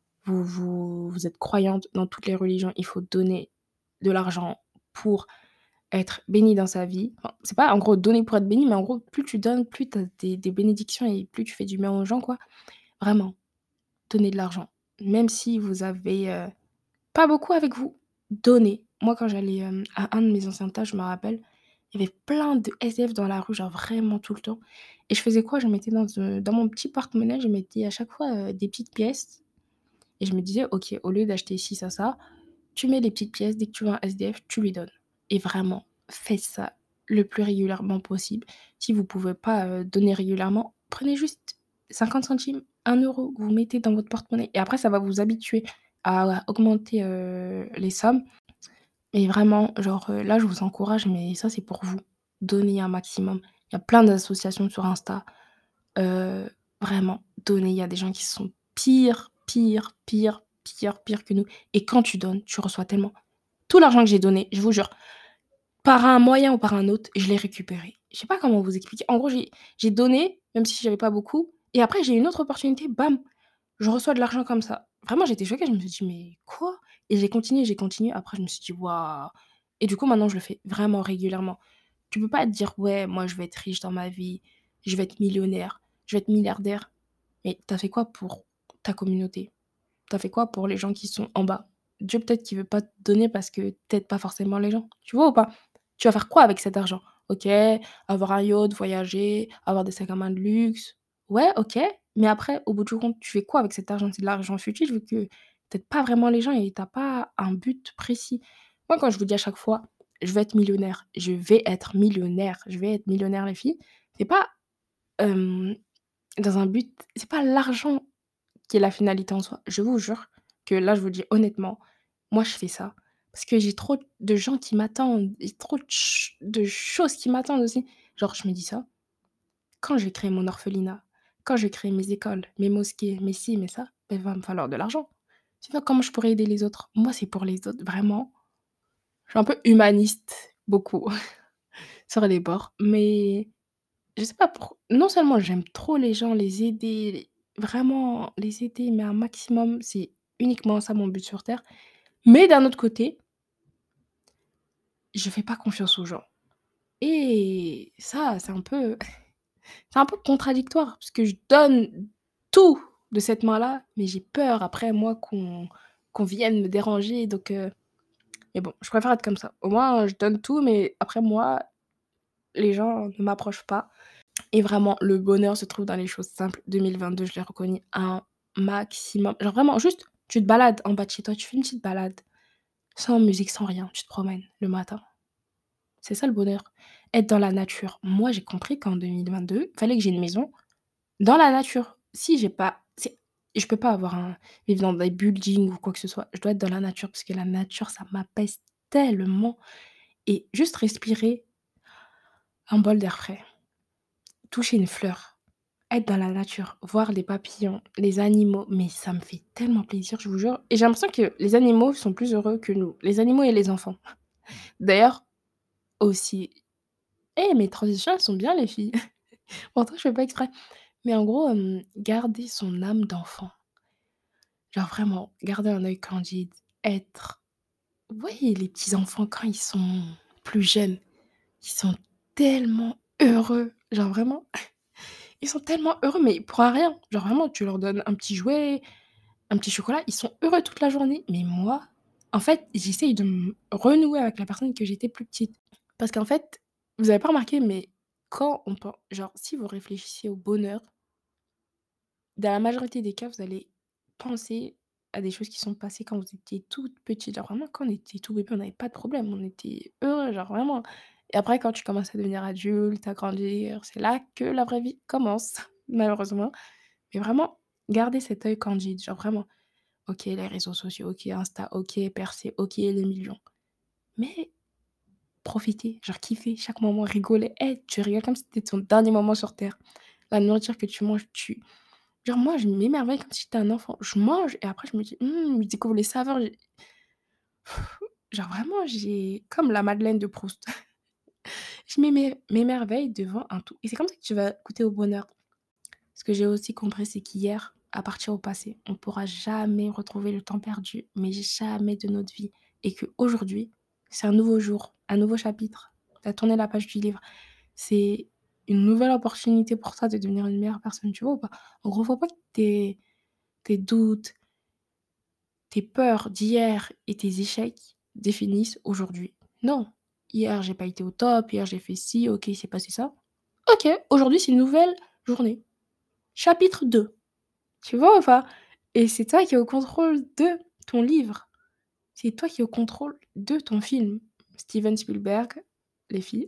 vous êtes croyante dans toutes les religions, il faut donner de l'argent pour être béni dans sa vie. Enfin, c'est pas en gros donner pour être béni, mais en gros plus tu donnes, plus tu as des bénédictions et plus tu fais du bien aux gens quoi. Vraiment. Donnez de l'argent. Même si vous avez, pas beaucoup avec vous, donnez. Moi, quand j'allais, à un de mes anciens tafs, je me rappelle, il y avait plein de SDF dans la rue, genre vraiment tout le temps et je faisais quoi? Je mettais dans mon petit porte-monnaie, je mettais à chaque fois, des petites pièces et je me disais: «OK, au lieu d'acheter ci, ça, tu mets les petites pièces, dès que tu vois un SDF, tu lui donnes» et vraiment, faites ça le plus régulièrement possible. Si vous pouvez pas, donner régulièrement, prenez juste 50 centimes, 1 € que vous mettez dans votre porte-monnaie et après ça va vous habituer à augmenter, les sommes et vraiment, genre, là, je vous encourage, mais ça, c'est pour vous. Donnez un maximum. Il y a plein d'associations sur Insta, heu, vraiment, donnez. Il y a des gens qui sont pires, pires, pires, pires, pires que nous et quand tu donnes, tu reçois tellement. Tout l'argent que j'ai donné, je vous jure, par un moyen ou par un autre, je l'ai récupéré. Je sais pas comment vous expliquer. En gros, j'ai donné, même si j'avais pas beaucoup et après j'ai eu une autre opportunité, bam, je reçois de l'argent comme ça. Vraiment, j'étais choquée, je me suis dit: «Mais quoi?» Et j'ai continué. Après, je me suis dit: «Waouh!» Et du coup, maintenant, je le fais vraiment régulièrement. Tu peux pas te dire: «Ouais, moi, je vais être riche dans ma vie, je vais être millionnaire, je vais être milliardaire». Mais tu as fait quoi pour ta communauté? Tu as fait quoi pour les gens qui sont en bas? Dieu, peut-être qu'il veut pas te donner parce que tu aides pas forcément les gens. Tu vois ou pas? Tu vas faire quoi avec cet argent? OK, avoir un yacht, voyager, avoir des sacs à main de luxe. Ouais, OK, mais après, au bout du compte, tu fais quoi avec cet argent? C'est de l'argent futile vu que tu aides pas vraiment les gens et tu as pas un but précis. Moi, quand je vous dis à chaque fois: «Je vais être millionnaire», je vais être millionnaire, je vais être millionnaire les filles, c'est pas, hem, dans un but c'est pas l'argent qui est la finalité en soi. Je vous jure que là, je vous le dis honnêtement, moi, je fais ça parce que j'ai trop de gens qui m'attendent et trop de choses qui m'attendent aussi. Genre, je me dis ça, quand je vais créer mon orphelinat, quand je vais créer mes écoles, mes mosquées, mes ci, mes ça, ben, il va me falloir de l'argent. Sinon, comment je pourrais aider les autres? Moi, c'est pour les autres, vraiment. Je suis un peu humaniste, beaucoup, sur les bords, mais je sais pas pour non seulement j'aime trop les gens, les aider, vraiment les aider, mais un maximum, c'est uniquement ça mon but sur terre. Mais d'un autre côté, je fais pas confiance aux gens et ça, c'est un peu c'est un peu contradictoire parce que je donne tout de cette main-là, mais j'ai peur après moi qu'on vienne me déranger mais bon, je préfère être comme ça. Au moins, je donne tout, mais après moi, les gens ne m'approchent pas. Et vraiment, le bonheur se trouve dans les choses simples. 2022, je l'ai reconnu un maximum. Genre vraiment, juste, tu te balades en bas de chez toi, tu fais une petite balade, sans musique, sans rien, tu te promènes le matin. C'est ça le bonheur. Être dans la nature. Moi, j'ai compris qu'en 2022, il fallait que j'ai une maison dans la nature. Si j'ai pas je peux pas avoir vivre dans des buildings ou quoi que ce soit. Je dois être dans la nature parce que la nature, ça m'apaise tellement et juste respirer un bol d'air frais, toucher une fleur. Être dans la nature, voir les papillons, les animaux, mais ça me fait tellement plaisir, je vous jure et j'ai l'impression que les animaux sont plus heureux que nous, les animaux et les enfants. D'ailleurs, aussi mes transitions, elles sont bien les filles. Pourtant, je fais pas exprès. Mais en gros, garder son âme d'enfant, genre vraiment garder un œil candide, être oui, les petits enfants quand ils sont plus jeunes, ils sont tellement heureux, genre vraiment, ils sont tellement heureux, mais pour un rien. Genre vraiment, tu leur donnes un petit jouet, un petit chocolat, ils sont heureux toute la journée. Mais moi, en fait, j'essaye de me renouer avec la personne que j'étais plus petite. Parce qu'en fait, vous avez pas remarqué, mais quand on pen genre, si vous réfléchissez au bonheur, dans la majorité des cas, vous allez penser à des choses qui sont passées quand vous étiez toute petite. Genre vraiment, quand on était tout bébé, on n'avait pas de problème, on était heureux, genre vraiment. Et après, quand tu commences à devenir adulte, à grandir, c'est là que la vraie vie commence, malheureusement. Mais vraiment, gardez cet œil candide, genre vraiment. OK, les réseaux sociaux, OK, Insta, OK, percer, OK, les millions. Mais profitez, genre kiffez chaque moment, rigolez. Tu rigoles comme si c'était ton dernier moment sur terre. La nourriture que tu manges, genre moi, je m'émerveille comme si j'étais un enfant. Je mange et après je me dis: «Je découvre les saveurs». Genre vraiment, j'ai comme la madeleine de Proust. Je m'émerveille devant un tout et c'est comme ça que tu vas goûter au bonheur. Ce que j'ai aussi compris, c'est qu'hier appartient au passé. On ne pourra jamais retrouver le temps perdu, mais jamais de notre vie. Et qu'aujourd'hui, c'est un nouveau jour, un nouveau chapitre. Tu as tourné la page du livre. C'est une nouvelle opportunité pour toi de devenir une meilleure personne, tu vois ou pas? En gros, faut pas que tes doutes, tes peurs d'hier et tes échecs définissent aujourd'hui. Non. Hier, j'ai pas été au top, hier j'ai fait ci, OK, il s'est passé ça. OK, aujourd'hui, c'est une nouvelle journée. Chapitre 2. Tu vois ou pas? Et c'est toi qui es au contrôle de ton livre. C'est toi qui es au contrôle de ton film. Steven Spielberg, les filles.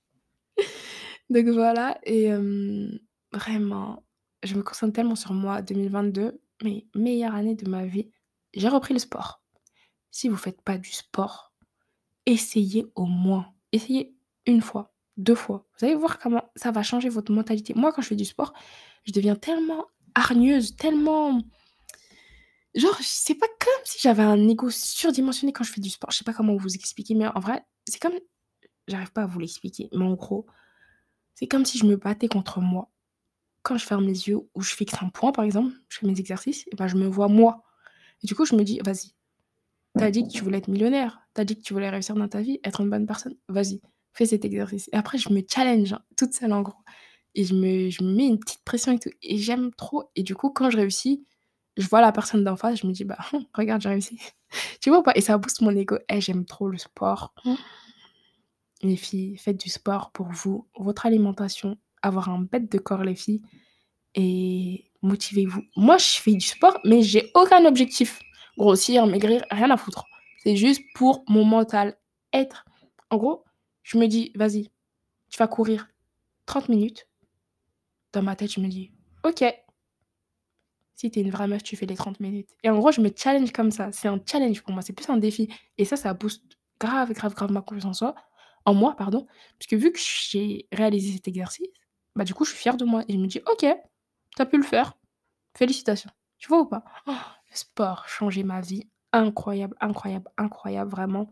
Donc voilà et vraiment, je me concentre tellement sur moi. 2022, mais meilleure année de ma vie. J'ai repris le sport. Si vous faites pas du sport, essayez au moins. Essayez une fois, 2 fois. Vous allez voir comment ça va changer votre mentalité. Moi, quand je fais du sport, je deviens tellement hargneuse, tellement Genre, c'est pas comme si j'avais un ego surdimensionné quand je fais du sport. Je sais pas comment vous expliquer, mais en vrai, c'est comme j'arrive pas à vous l'expliquer, mais en gros, c'est comme si je me battais contre moi. Quand je ferme les yeux ou je fixe un point, par exemple, je fais mes exercices et ben, je me vois moi et du coup, je me dis: «Vas-y, tu as dit que tu voulais être millionnaire, tu as dit que tu voulais réussir dans ta vie, être une bonne personne, vas-y, fais cet exercice» et après je me challenge, hein, toute seule en gros et je me mets une petite pression et tout et j'aime trop et du coup, quand je réussis, je vois la personne d'en face, je me dis: «Bah, regarde, j'ai réussi». Tu vois ou pas? Et ça booste mon ego. J'aime trop le sport. Les filles, faites du sport pour vous, votre alimentation, avoir un bête de corps les filles et motivez-vous. Moi, je fais du sport, mais j'ai aucun objectif. Grossir, maigrir, rien à foutre. C'est juste pour mon mental. Être en gros, je me dis: «Vas-y, tu vas courir 30 minutes». Dans ma tête, je me dis: «OK, si tu es une vraie meuf, tu fais les 30 minutes» et en gros, je me challenge comme ça. C'est un challenge pour moi, c'est plus un défi et ça booste grave, grave, grave ma confiance en moi, pardon, parce que vu que j'ai réalisé cet exercice, bah, du coup, je suis fière de moi et je me dis: «OK, tu as pu le faire, félicitations». Tu vois ou pas? Le sport, changer ma vie, incroyable, incroyable, incroyable, vraiment.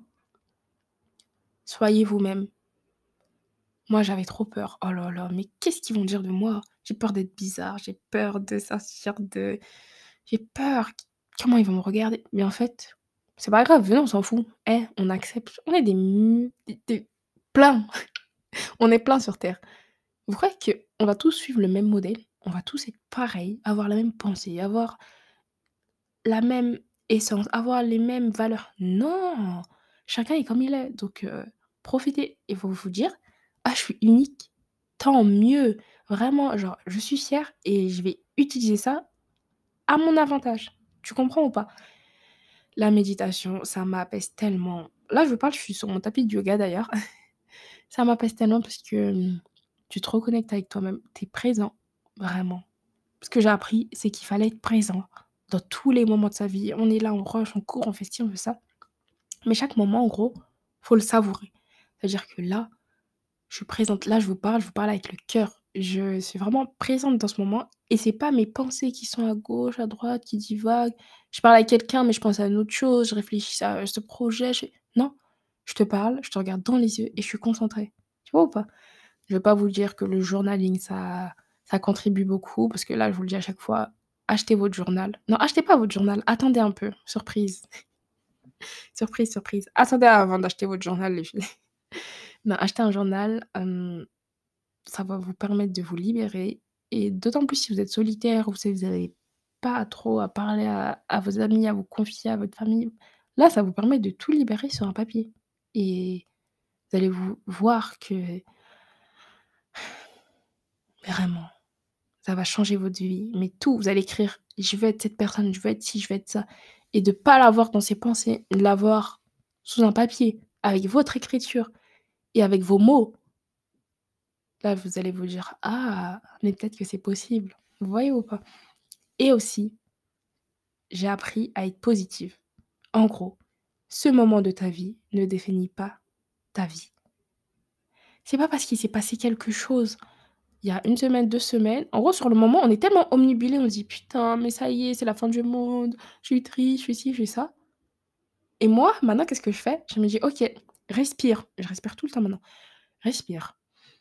Soyez vous-même. Moi, j'avais trop peur. Oh là là, mais qu'est-ce qu'ils vont dire de moi? J'ai peur d'être bizarre, j'ai peur de sortir de j'ai peur. Comment ils vont me regarder? Mais en fait, c'est pas grave, venez, on s'en fout. On accepte. On est des plein. On est plein sur terre. Vous croyez qu'on va tous suivre le même modèle? On va tous être pareils, avoir la même pensée, avoir la même essence, avoir les mêmes valeurs? Non! Chacun est comme il est, donc profitez et faut vous dire: «Ah, je suis unique, tant mieux!» Vraiment, genre, je suis fière et je vais utiliser ça à mon avantage. Tu comprends ou pas? La méditation, ça m'apaise tellement. Là, je vous parle, je suis sur mon tapis de yoga d'ailleurs. Ça m'apaise tellement parce que, tu te reconnectes avec toi-même, tu es présent, vraiment. Ce que j'ai appris, c'est qu'il fallait être présent dans tous les moments de sa vie. On est là, on rush, on court, on fait ci, on fait ça. Mais chaque moment, en gros, faut le savourer. C'est-à-dire que là, je suis présente, là, je vous parle avec le cœur. Je suis vraiment présente dans ce moment et c'est pas mes pensées qui sont à gauche, à droite, qui divaguent. Je parle à quelqu'un, mais je pense à une autre chose, je réfléchis à ce projet, non, je te parle, je te regarde dans les yeux et je suis concentrée. Tu vois ou pas? Je vais pas vous dire que le journaling, ça contribue beaucoup parce que là, je vous le dis à chaque fois, achetez votre journal. Non, achetez pas votre journal, attendez un peu, surprise. Surprise, surprise. Attendez avant d'acheter votre journal, les filles. Non, achetez un journal, ça va vous permettre de vous libérer et d'autant plus si vous êtes solitaire ou si vous avez pas trop à parler à vos amis, à vous confier à votre famille. Là, ça vous permet de tout libérer sur un papier et vous allez vous voir que vraiment, ça va changer votre vie, mais tout. Vous allez écrire: «Je veux être cette personne, je veux être ci, je veux être ça» et de pas l'avoir dans ses pensées, de l'avoir sous un papier, avec votre écriture et avec vos mots. Là, vous allez vous dire: «Ah, mais peut-être que c'est possible». Vous voyez ou pas? Et aussi, j'ai appris à être positive. En gros, ce moment de ta vie ne définit pas ta vie. C'est pas parce qu'il s'est passé quelque chose il y a une semaine, 2 semaines en gros, sur le moment, on est tellement omnibulés, on se dit: «Putain, mais ça y est, c'est la fin du monde, je suis triste, je suis ci, je suis ça» et moi, maintenant, qu'est-ce que je fais? Je me dis: «OK, respire». Je respire tout le temps maintenant. Respire.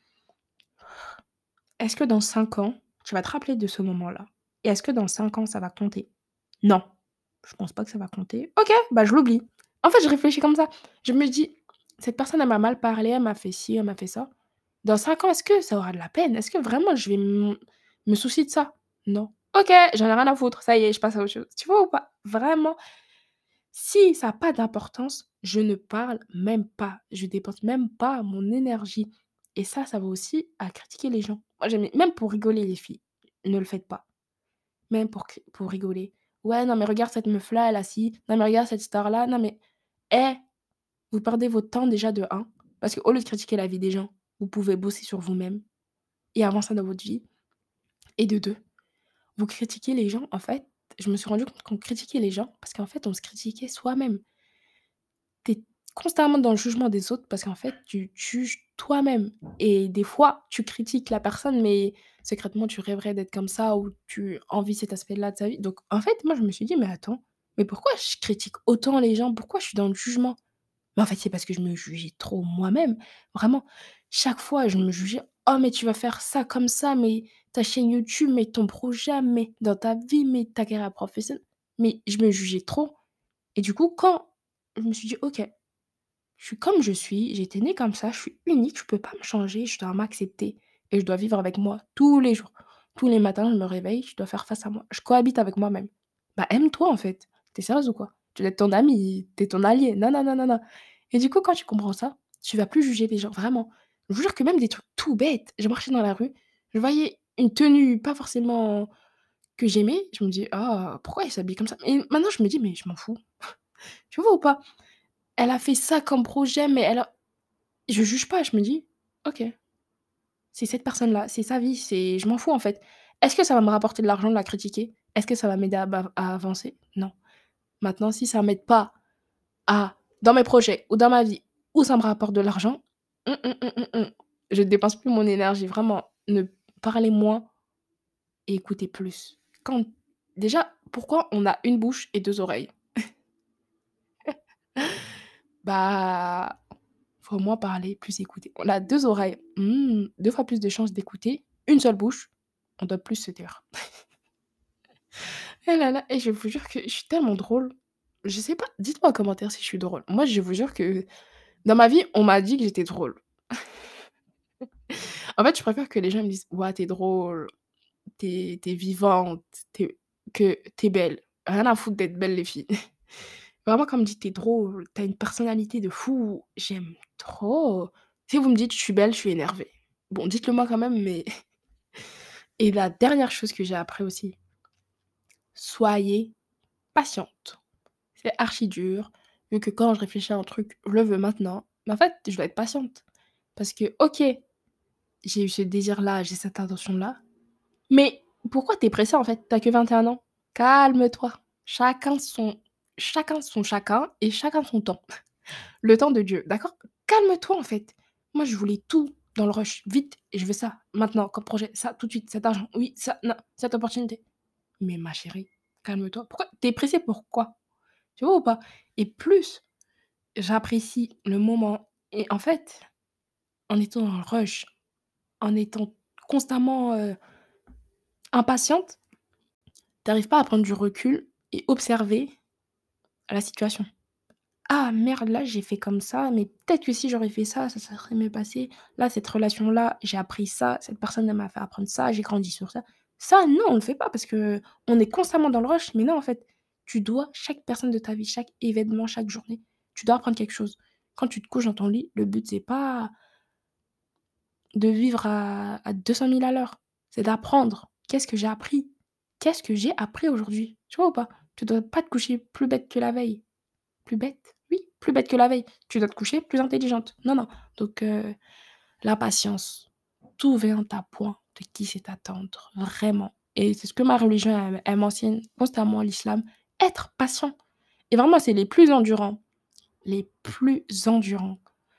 Est-ce que dans 5 ans, tu vas te rappeler de ce moment-là? Et est-ce que dans 5 ans, ça va compter? Non, je pense pas que ça va compter. OK, bah, je l'oublie. En fait, je réfléchis comme ça. Je me dis: «Cette personne, elle m'a mal parlé, elle m'a fait ci, elle m'a fait ça. Dans 5 ans, est-ce que ça aura de la peine? Est-ce que vraiment je vais me soucier de ça? Non. OK, j'en ai rien à foutre, ça y est, je passe à autre chose». Tu vois ou pas? Vraiment, si ça a pas d'importance, je ne parle même pas. Je dépense même pas mon énergie et ça vaut aussi à critiquer les gens. Moi, j'aime même pour rigoler les filles, ne le faites pas. Même pour rigoler. «Ouais, non mais regarde cette meuf là, elle a ci. Non mais regarde cette star là. Non mais» eh! Vous perdez votre temps déjà de un parce qu'au lieu de critiquer la vie des gens, vous pouvez bosser sur vous-même et avancer dans votre vie et de 2 vous critiquez les gens en fait, je me suis rendu compte qu'on critiquait les gens parce qu'en fait, on se critiquait soi-même. Tu es constamment dans le jugement des autres parce qu'en fait, tu te juges toi-même et des fois, tu critiques la personne, mais secrètement, tu rêverais d'être comme ça ou tu envies cet aspect-là de sa vie. Donc en fait, moi, je me suis dit: «Mais attends». Mais pourquoi je critique autant les gens? Pourquoi je suis dans le jugement? Mais en fait, c'est parce que je me jugeais trop moi-même. Vraiment, chaque fois, je me jugeais: «Oh mais tu vas faire ça comme ça, mais ta chaîne YouTube, mais ton projet, mais dans ta vie, mais ta carrière professionnelle». Mais je me jugeais trop et du coup, quand je me suis dit: «OK, je suis comme je suis, j'ai été née comme ça, je suis unique, je peux pas me changer, je dois m'accepter et je dois vivre avec moi tous les jours. Tous les matins, je me réveille, je dois faire face à moi. Je cohabite avec moi-même». Bah, aime-toi en fait. Tu es sérieuse ou quoi? Tu dois être ton ami, tu es ton allié. Non, non, non, non, non. Et du coup, quand tu comprends ça, tu vas plus juger les gens, vraiment. Je vous jure que même des trucs tout bêtes, je marchais dans la rue, je voyais une tenue pas forcément que j'aimais, je me dis: «Ah, pourquoi elle s'habille comme ça?» Et maintenant je me dis: «Mais je m'en fous». Tu vois ou pas? Elle a fait ça comme projet, mais elle a je juge pas, je me dis: «OK, c'est cette personne-là, c'est sa vie, c'est je m'en fous, en fait». Est-ce que ça va me rapporter de l'argent de la critiquer? Est-ce que ça va m'aider à avancer? Non. Maintenant, si ça m'aide pas à dans mes projets ou dans ma vie, où ça me rapporte de l'argent, je dépense plus mon énergie, vraiment. Ne parlez moins et écoutez plus. Quand déjà, pourquoi on a une bouche et 2 oreilles? Bah, faut moins parler, plus écouter. On a 2 oreilles, 2 fois plus de chances d'écouter, une seule bouche, on doit plus se taire. Eh là là, et je vous jure que je suis tellement drôle. Je sais pas, dites-moi en commentaire si je suis drôle. Moi, je vous jure que dans ma vie, on m'a dit que j'étais drôle. En fait, je préfère que les gens me disent: «Ouais, tu es drôle, tu es vivante, tu es belle». Rien à foutre d'être belles les filles. Vraiment quand on me dit: «Tu es drôle, tu as une personnalité de fou», j'aime trop. Si vous me dites: «Je suis belle», je suis énervée. Bon, dites-le moi quand même, mais et la dernière chose que j'ai appris aussi, soyez patiente. C'est archi dur, vu que quand je réfléchis à un truc, je le veux maintenant, mais en fait, je dois être patiente. Parce que, OK, j'ai eu ce désir-là, j'ai cette intention-là, mais pourquoi tu es pressée en fait? Tu as que 21 ans. Calme-toi. Chacun son chacun et chacun son temps. Le temps de Dieu, d'accord? Calme-toi en fait. Moi, je voulais tout dans le rush, vite et je veux ça, maintenant, comme projet, ça, tout de suite, cet argent, oui, ça, non, cette opportunité. Mais ma chérie, calme-toi. Pourquoi tu es pressée pourquoi? Tu vois ou pas? Et plus j'apprécie le moment et en fait, en étant dans le rush, en étant constamment, impatiente, tu arrives pas à prendre du recul et observer la situation. «Ah merde, là, j'ai fait comme ça, mais peut-être que si j'aurais fait ça, ça serait mieux passé. Là, cette relation-là, j'ai appris ça, cette personne, elle m'a fait apprendre ça, j'ai grandi sur ça». Ça, non, on le fait pas parce qu'on est constamment dans le rush, mais non, en fait, tu dois chaque personne de ta vie, chaque événement, chaque journée, tu dois apprendre quelque chose. Quand tu te couches dans ton lit, le but, c'est pas de vivre à 200 000 à l'heure, c'est d'apprendre. Qu'est-ce que j'ai appris? Qu'est-ce que j'ai appris aujourd'hui? Tu vois ou pas? Tu dois pas te coucher plus bête que la veille. Plus bête? Oui, plus bête que la veille. Tu dois te coucher plus intelligente. Non, non. Donc la patience, tout vient à point de qui sait attendre, vraiment. Et c'est ce que ma religion, elle m'enseigne constamment, l'islam, être patient. Et vraiment, c'est les plus endurants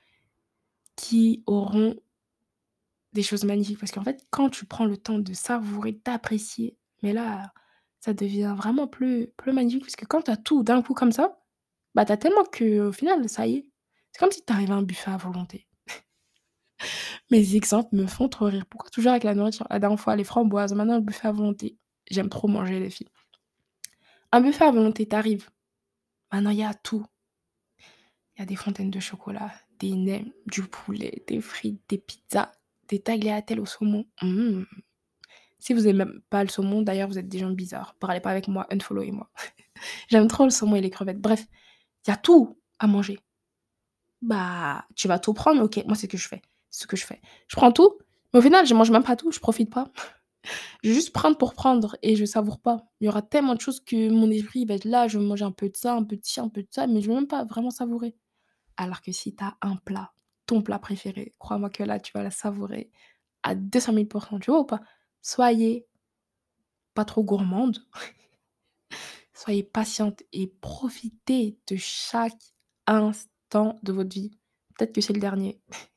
qui auront des choses magnifiques. Parce qu'en fait, quand tu prends le temps de savourer, d'apprécier, mais là, ça devient vraiment plus magnifique. Parce que quand tu as tout d'un coup comme ça, bah, tu as tellement qu'au final, ça y est, c'est comme si tu arrivais à un buffet à volonté. Mes exemples me font trop rire. Pourquoi toujours avec la nourriture? La dernière fois, les framboises, maintenant le buffet à volonté. J'aime trop manger les filles. Un buffet à volonté, tu arrives, maintenant il y a tout. Il y a des fontaines de chocolat, des nems, du poulet, des frites, des pizzas, des tagliatelles au saumon. Si vous aimez même pas le saumon, d'ailleurs, vous êtes des gens bizarres. Parlez pas avec moi, unfollowez-moi. J'aime trop le saumon et les crevettes. Bref, il y a tout à manger. Bah, tu vas tout prendre, OK. Moi, c'est ce que je fais. C'est ce que je fais. Je prends tout, mais au final, je mange même pas tout, je profite pas. Je vais juste prendre pour prendre et je savoure pas. Il y aura tellement de choses que mon esprit va être là, je vais manger un peu de ça, un peu de ci, un peu de ça, mais je vais même pas vraiment savourer. Alors que si tu as un plat, ton plat préféré, crois-moi que là, tu vas la savourer à 200 000 tu vois ou pas? Soyez pas trop gourmande, soyez patiente et profitez de chaque instant de votre vie. Peut-être que c'est le dernier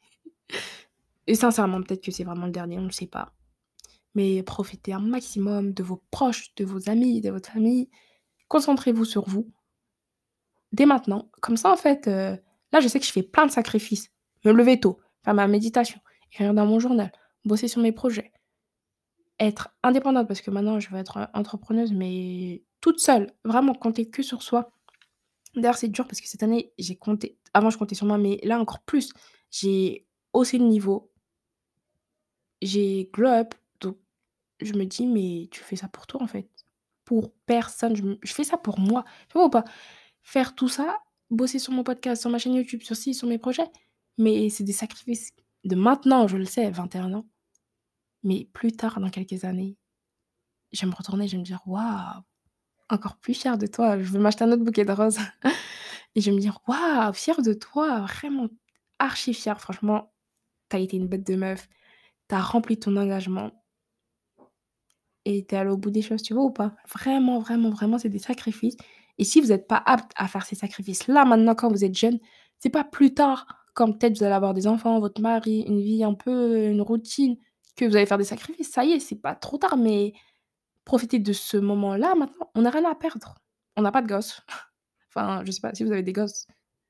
et sincèrement, peut-être que c'est vraiment le dernier, on ne sait pas. Mais profitez un maximum de vos proches, de vos amis, de votre famille. Concentrez-vous sur vous, dès maintenant. Comme ça, en fait, là, je sais que je fais plein de sacrifices. Me lever tôt, faire ma méditation, écrire dans mon journal, bosser sur mes projets, être indépendante parce que maintenant je veux être, entrepreneuse, mais toute seule, vraiment compter que sur soi. D'ailleurs, c'est dur parce que cette année, j'ai compté avant je comptais sur moi, mais là encore plus. J'ai haussé le niveau, j'ai glow up, donc je me dis: «Mais tu fais ça pour toi, en fait, pour personne». Je fais ça pour moi, tu vois ou pas? Faire tout ça, bosser sur mon podcast, sur ma chaîne YouTube, sur ci, sur mes projets, mais c'est des sacrifices de maintenant, je le sais, 21 ans, mais plus tard, dans quelques années, je vais me retourner, je vais me dire: «Waouh, encore plus fière de toi, je vais m'acheter un autre bouquet de roses» et je vais me dire: «Waouh, fière de toi, vraiment archi fière, franchement, tu as été une bête de meuf, tu as rempli ton engagement et tu es allée au bout des choses», tu vois ou pas? Vraiment, vraiment, vraiment, c'est des sacrifices et si vous êtes pas apte à faire ces sacrifices-là, maintenant, quand vous êtes jeune, c'est pas plus tard, quand peut-être vous allez avoir des enfants, votre mari, une vie un peu, une routine, que vous allez faire des sacrifices. Ça y est, c'est pas trop tard, mais profitez de ce moment-là maintenant. On n'a rien à perdre. On n'a pas de gosses. Enfin, je sais pas si vous avez des gosses,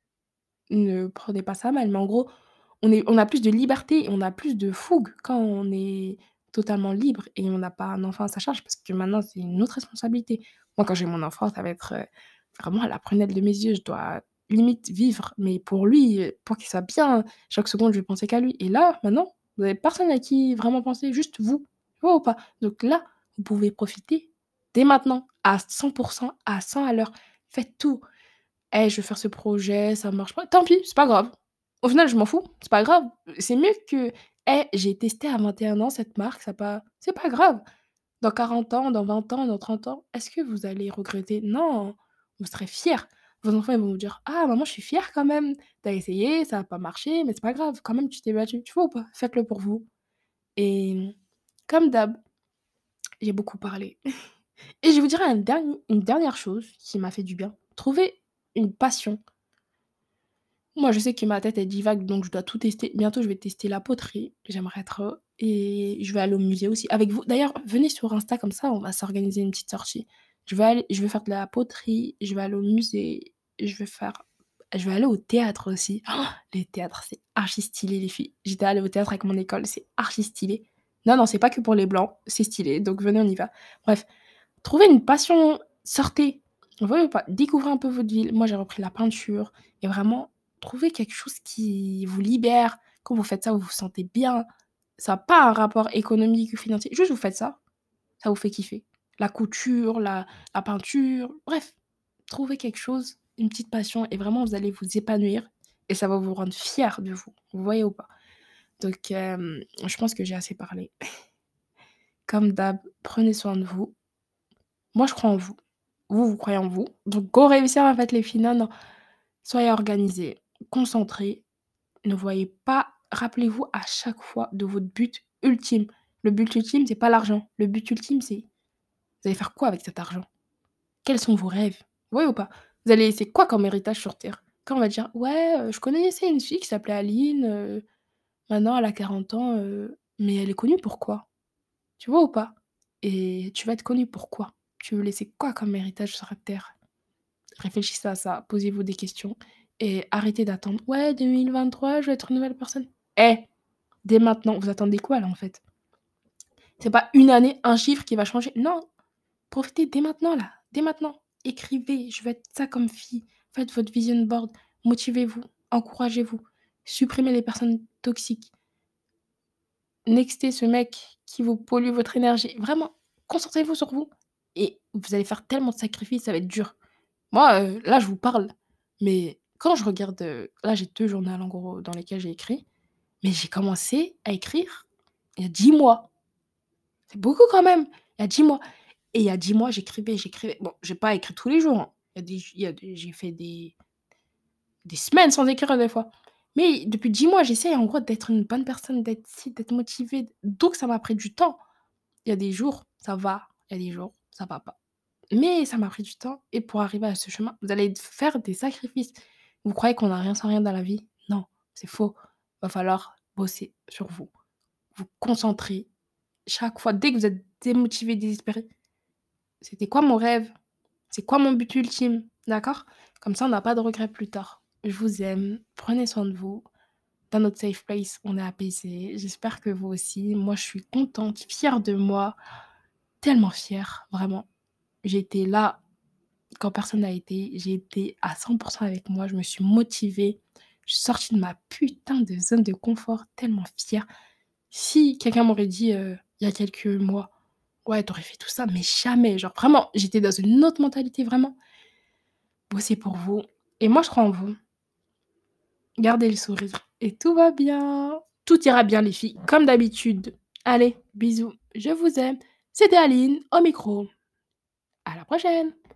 ne prenez pas ça mal, mais en gros, on a plus de liberté et on a plus de fougue quand on est totalement libre et on n'a pas un enfant à sa charge parce que maintenant c'est une autre responsabilité. Moi, quand j'ai mon enfant, ça va être, vraiment à la prunelle de mes yeux. Je dois limite vivre, mais pour lui, pour qu'il soit bien, chaque seconde je vais penser qu'à lui et là, maintenant, vous avez personne à qui vraiment penser, juste vous. Tu vois ou pas? Donc là, vous pouvez profiter dès maintenant à 100 à 100 à l'heure. Faites tout. «Eh, je veux faire ce projet, ça marche pas». Tant pis, c'est pas grave. Au final, je m'en fous, c'est pas grave. C'est mieux que: «Eh, j'ai testé à 21 ans cette marque, ça a pas» c'est pas grave. Dans 40 ans, dans 20 ans, dans 30 ans, est-ce que vous allez regretter? Non, vous serez fiers. Vos enfants, ils vont vous dire: «Ah maman, je suis fière quand même. Tu as essayé, ça a pas marché, mais c'est pas grave, quand même tu t'es battue». Tu vois ou pas? Faites-le pour vous et comme d'hab, j'ai beaucoup parlé et je vous dirais une dernière chose qui m'a fait du bien. Trouver une passion. Moi, je sais que ma tête, elle divague, donc je dois tout tester. Bientôt, je vais tester la poterie, j'aimerais trop et je vais aller au musée aussi avec vous. D'ailleurs, venez sur Insta comme ça, on va s'organiser une petite sortie. Je vais faire de la poterie, je vais aller au musée, je vais faire je vais aller au théâtre aussi. Les théâtres, c'est archi stylé les filles. J'étais allée au théâtre avec mon école, c'est archi stylé. Non, non, c'est pas que pour les blancs, c'est stylé, donc venez, on y va. Bref, trouvez une passion, sortez. Vous voyez ou pas? Découvrez un peu votre ville. Moi, j'ai repris la peinture et vraiment trouvez quelque chose qui vous libère. Quand vous faites ça, vous vous sentez bien. Ça a pas un rapport économique ou financier. Juste vous faites ça, ça vous fait kiffer. La couture, la peinture, bref, trouvez quelque chose, une petite passion et vraiment vous allez vous épanouir et ça va vous rendre fiers de vous. Vous voyez ou pas? Donc je pense que j'ai assez parlé. Comme d'hab, prenez soin de vous. Moi, je crois en vous. Vous, vous croyez en vous. Donc go réussir en fait les filles. Non, non. Soyez organisés, concentrés. Ne voyez pas rappelez-vous à chaque fois de votre but ultime. Le but ultime, c'est pas l'argent. Le but ultime, c'est vous allez faire quoi avec cet argent? Quels sont vos rêves? Vous voyez ou pas? Vous allez laisser quoi comme héritage sur terre? Quand on va dire: «Ouais, je connaissais une fille qui s'appelait Aline, maintenant elle a 40 ans, mais elle est connue pourquoi?» Tu vois ou pas? Et tu vas être connu pourquoi? Tu veux laisser quoi comme héritage sur la terre? Réfléchissez à ça, posez-vous des questions et arrêtez d'attendre: «Ouais, 2023, je vais être une nouvelle personne». Eh! Dès maintenant, vous attendez quoi là, en fait? C'est pas une année, un chiffre qui va changer. Non, profitez dès maintenant là, dès maintenant. Écrivez: «Je veux être ça comme fille». Faites votre vision board, motivez-vous, encouragez-vous, supprimez les personnes toxiques, nextez ce mec qui vous pollue votre énergie. Vraiment, concentrez-vous sur vous et vous allez faire tellement de sacrifices, ça va être dur. Moi, là, je vous parle, mais quand je regarde, là, j'ai 2 journaux en gros dans lesquels j'ai écrit, mais j'ai commencé à écrire il y a 10 mois. C'est beaucoup quand même, il y a 10 mois et il y a 10 mois, j'écrivais, j'écrivais. Bon, j'ai pas écrit tous les jours, hein. Il y a des j'ai fait des semaines sans écrire des fois. Mais depuis 10 mois, j'essaye en gros d'être une bonne personne, d'être ci, d'être motivée, donc ça m'a pris du temps. Il y a des jours, ça va, il y a des jours, ça va pas. Mais ça m'a pris du temps et pour arriver à ce chemin, vous allez faire des sacrifices. Vous croyez qu'on a rien sans rien dans la vie? Non, c'est faux. Va falloir bosser sur vous, vous concentrer. Chaque fois, dès que vous êtes démotivé, désespéré: «C'était quoi mon rêve?» C'est quoi mon but ultime, d'accord? Comme ça, on n'a pas de regrets plus tard. Je vous aime, prenez soin de vous. Dans notre safe place, on est apaisés. J'espère que vous aussi. Moi, je suis contente, fière de moi, tellement fière, vraiment. J'étais là quand personne n'a été. J'ai été à 100 avec moi. Je me suis motivée. Je suis sortie de ma putain de zone de confort, tellement fière. Si quelqu'un m'aurait dit, il y a quelques mois: «Ouais, tu aurais fait tout ça», mais jamais, genre vraiment, j'étais dans une autre mentalité, vraiment. Bossez pour vous et moi je crois en vous. Gardez le sourire et tout va bien. Tout ira bien les filles, comme d'habitude. Allez, bisous, je vous aime. C'était Aline au micro. À la prochaine.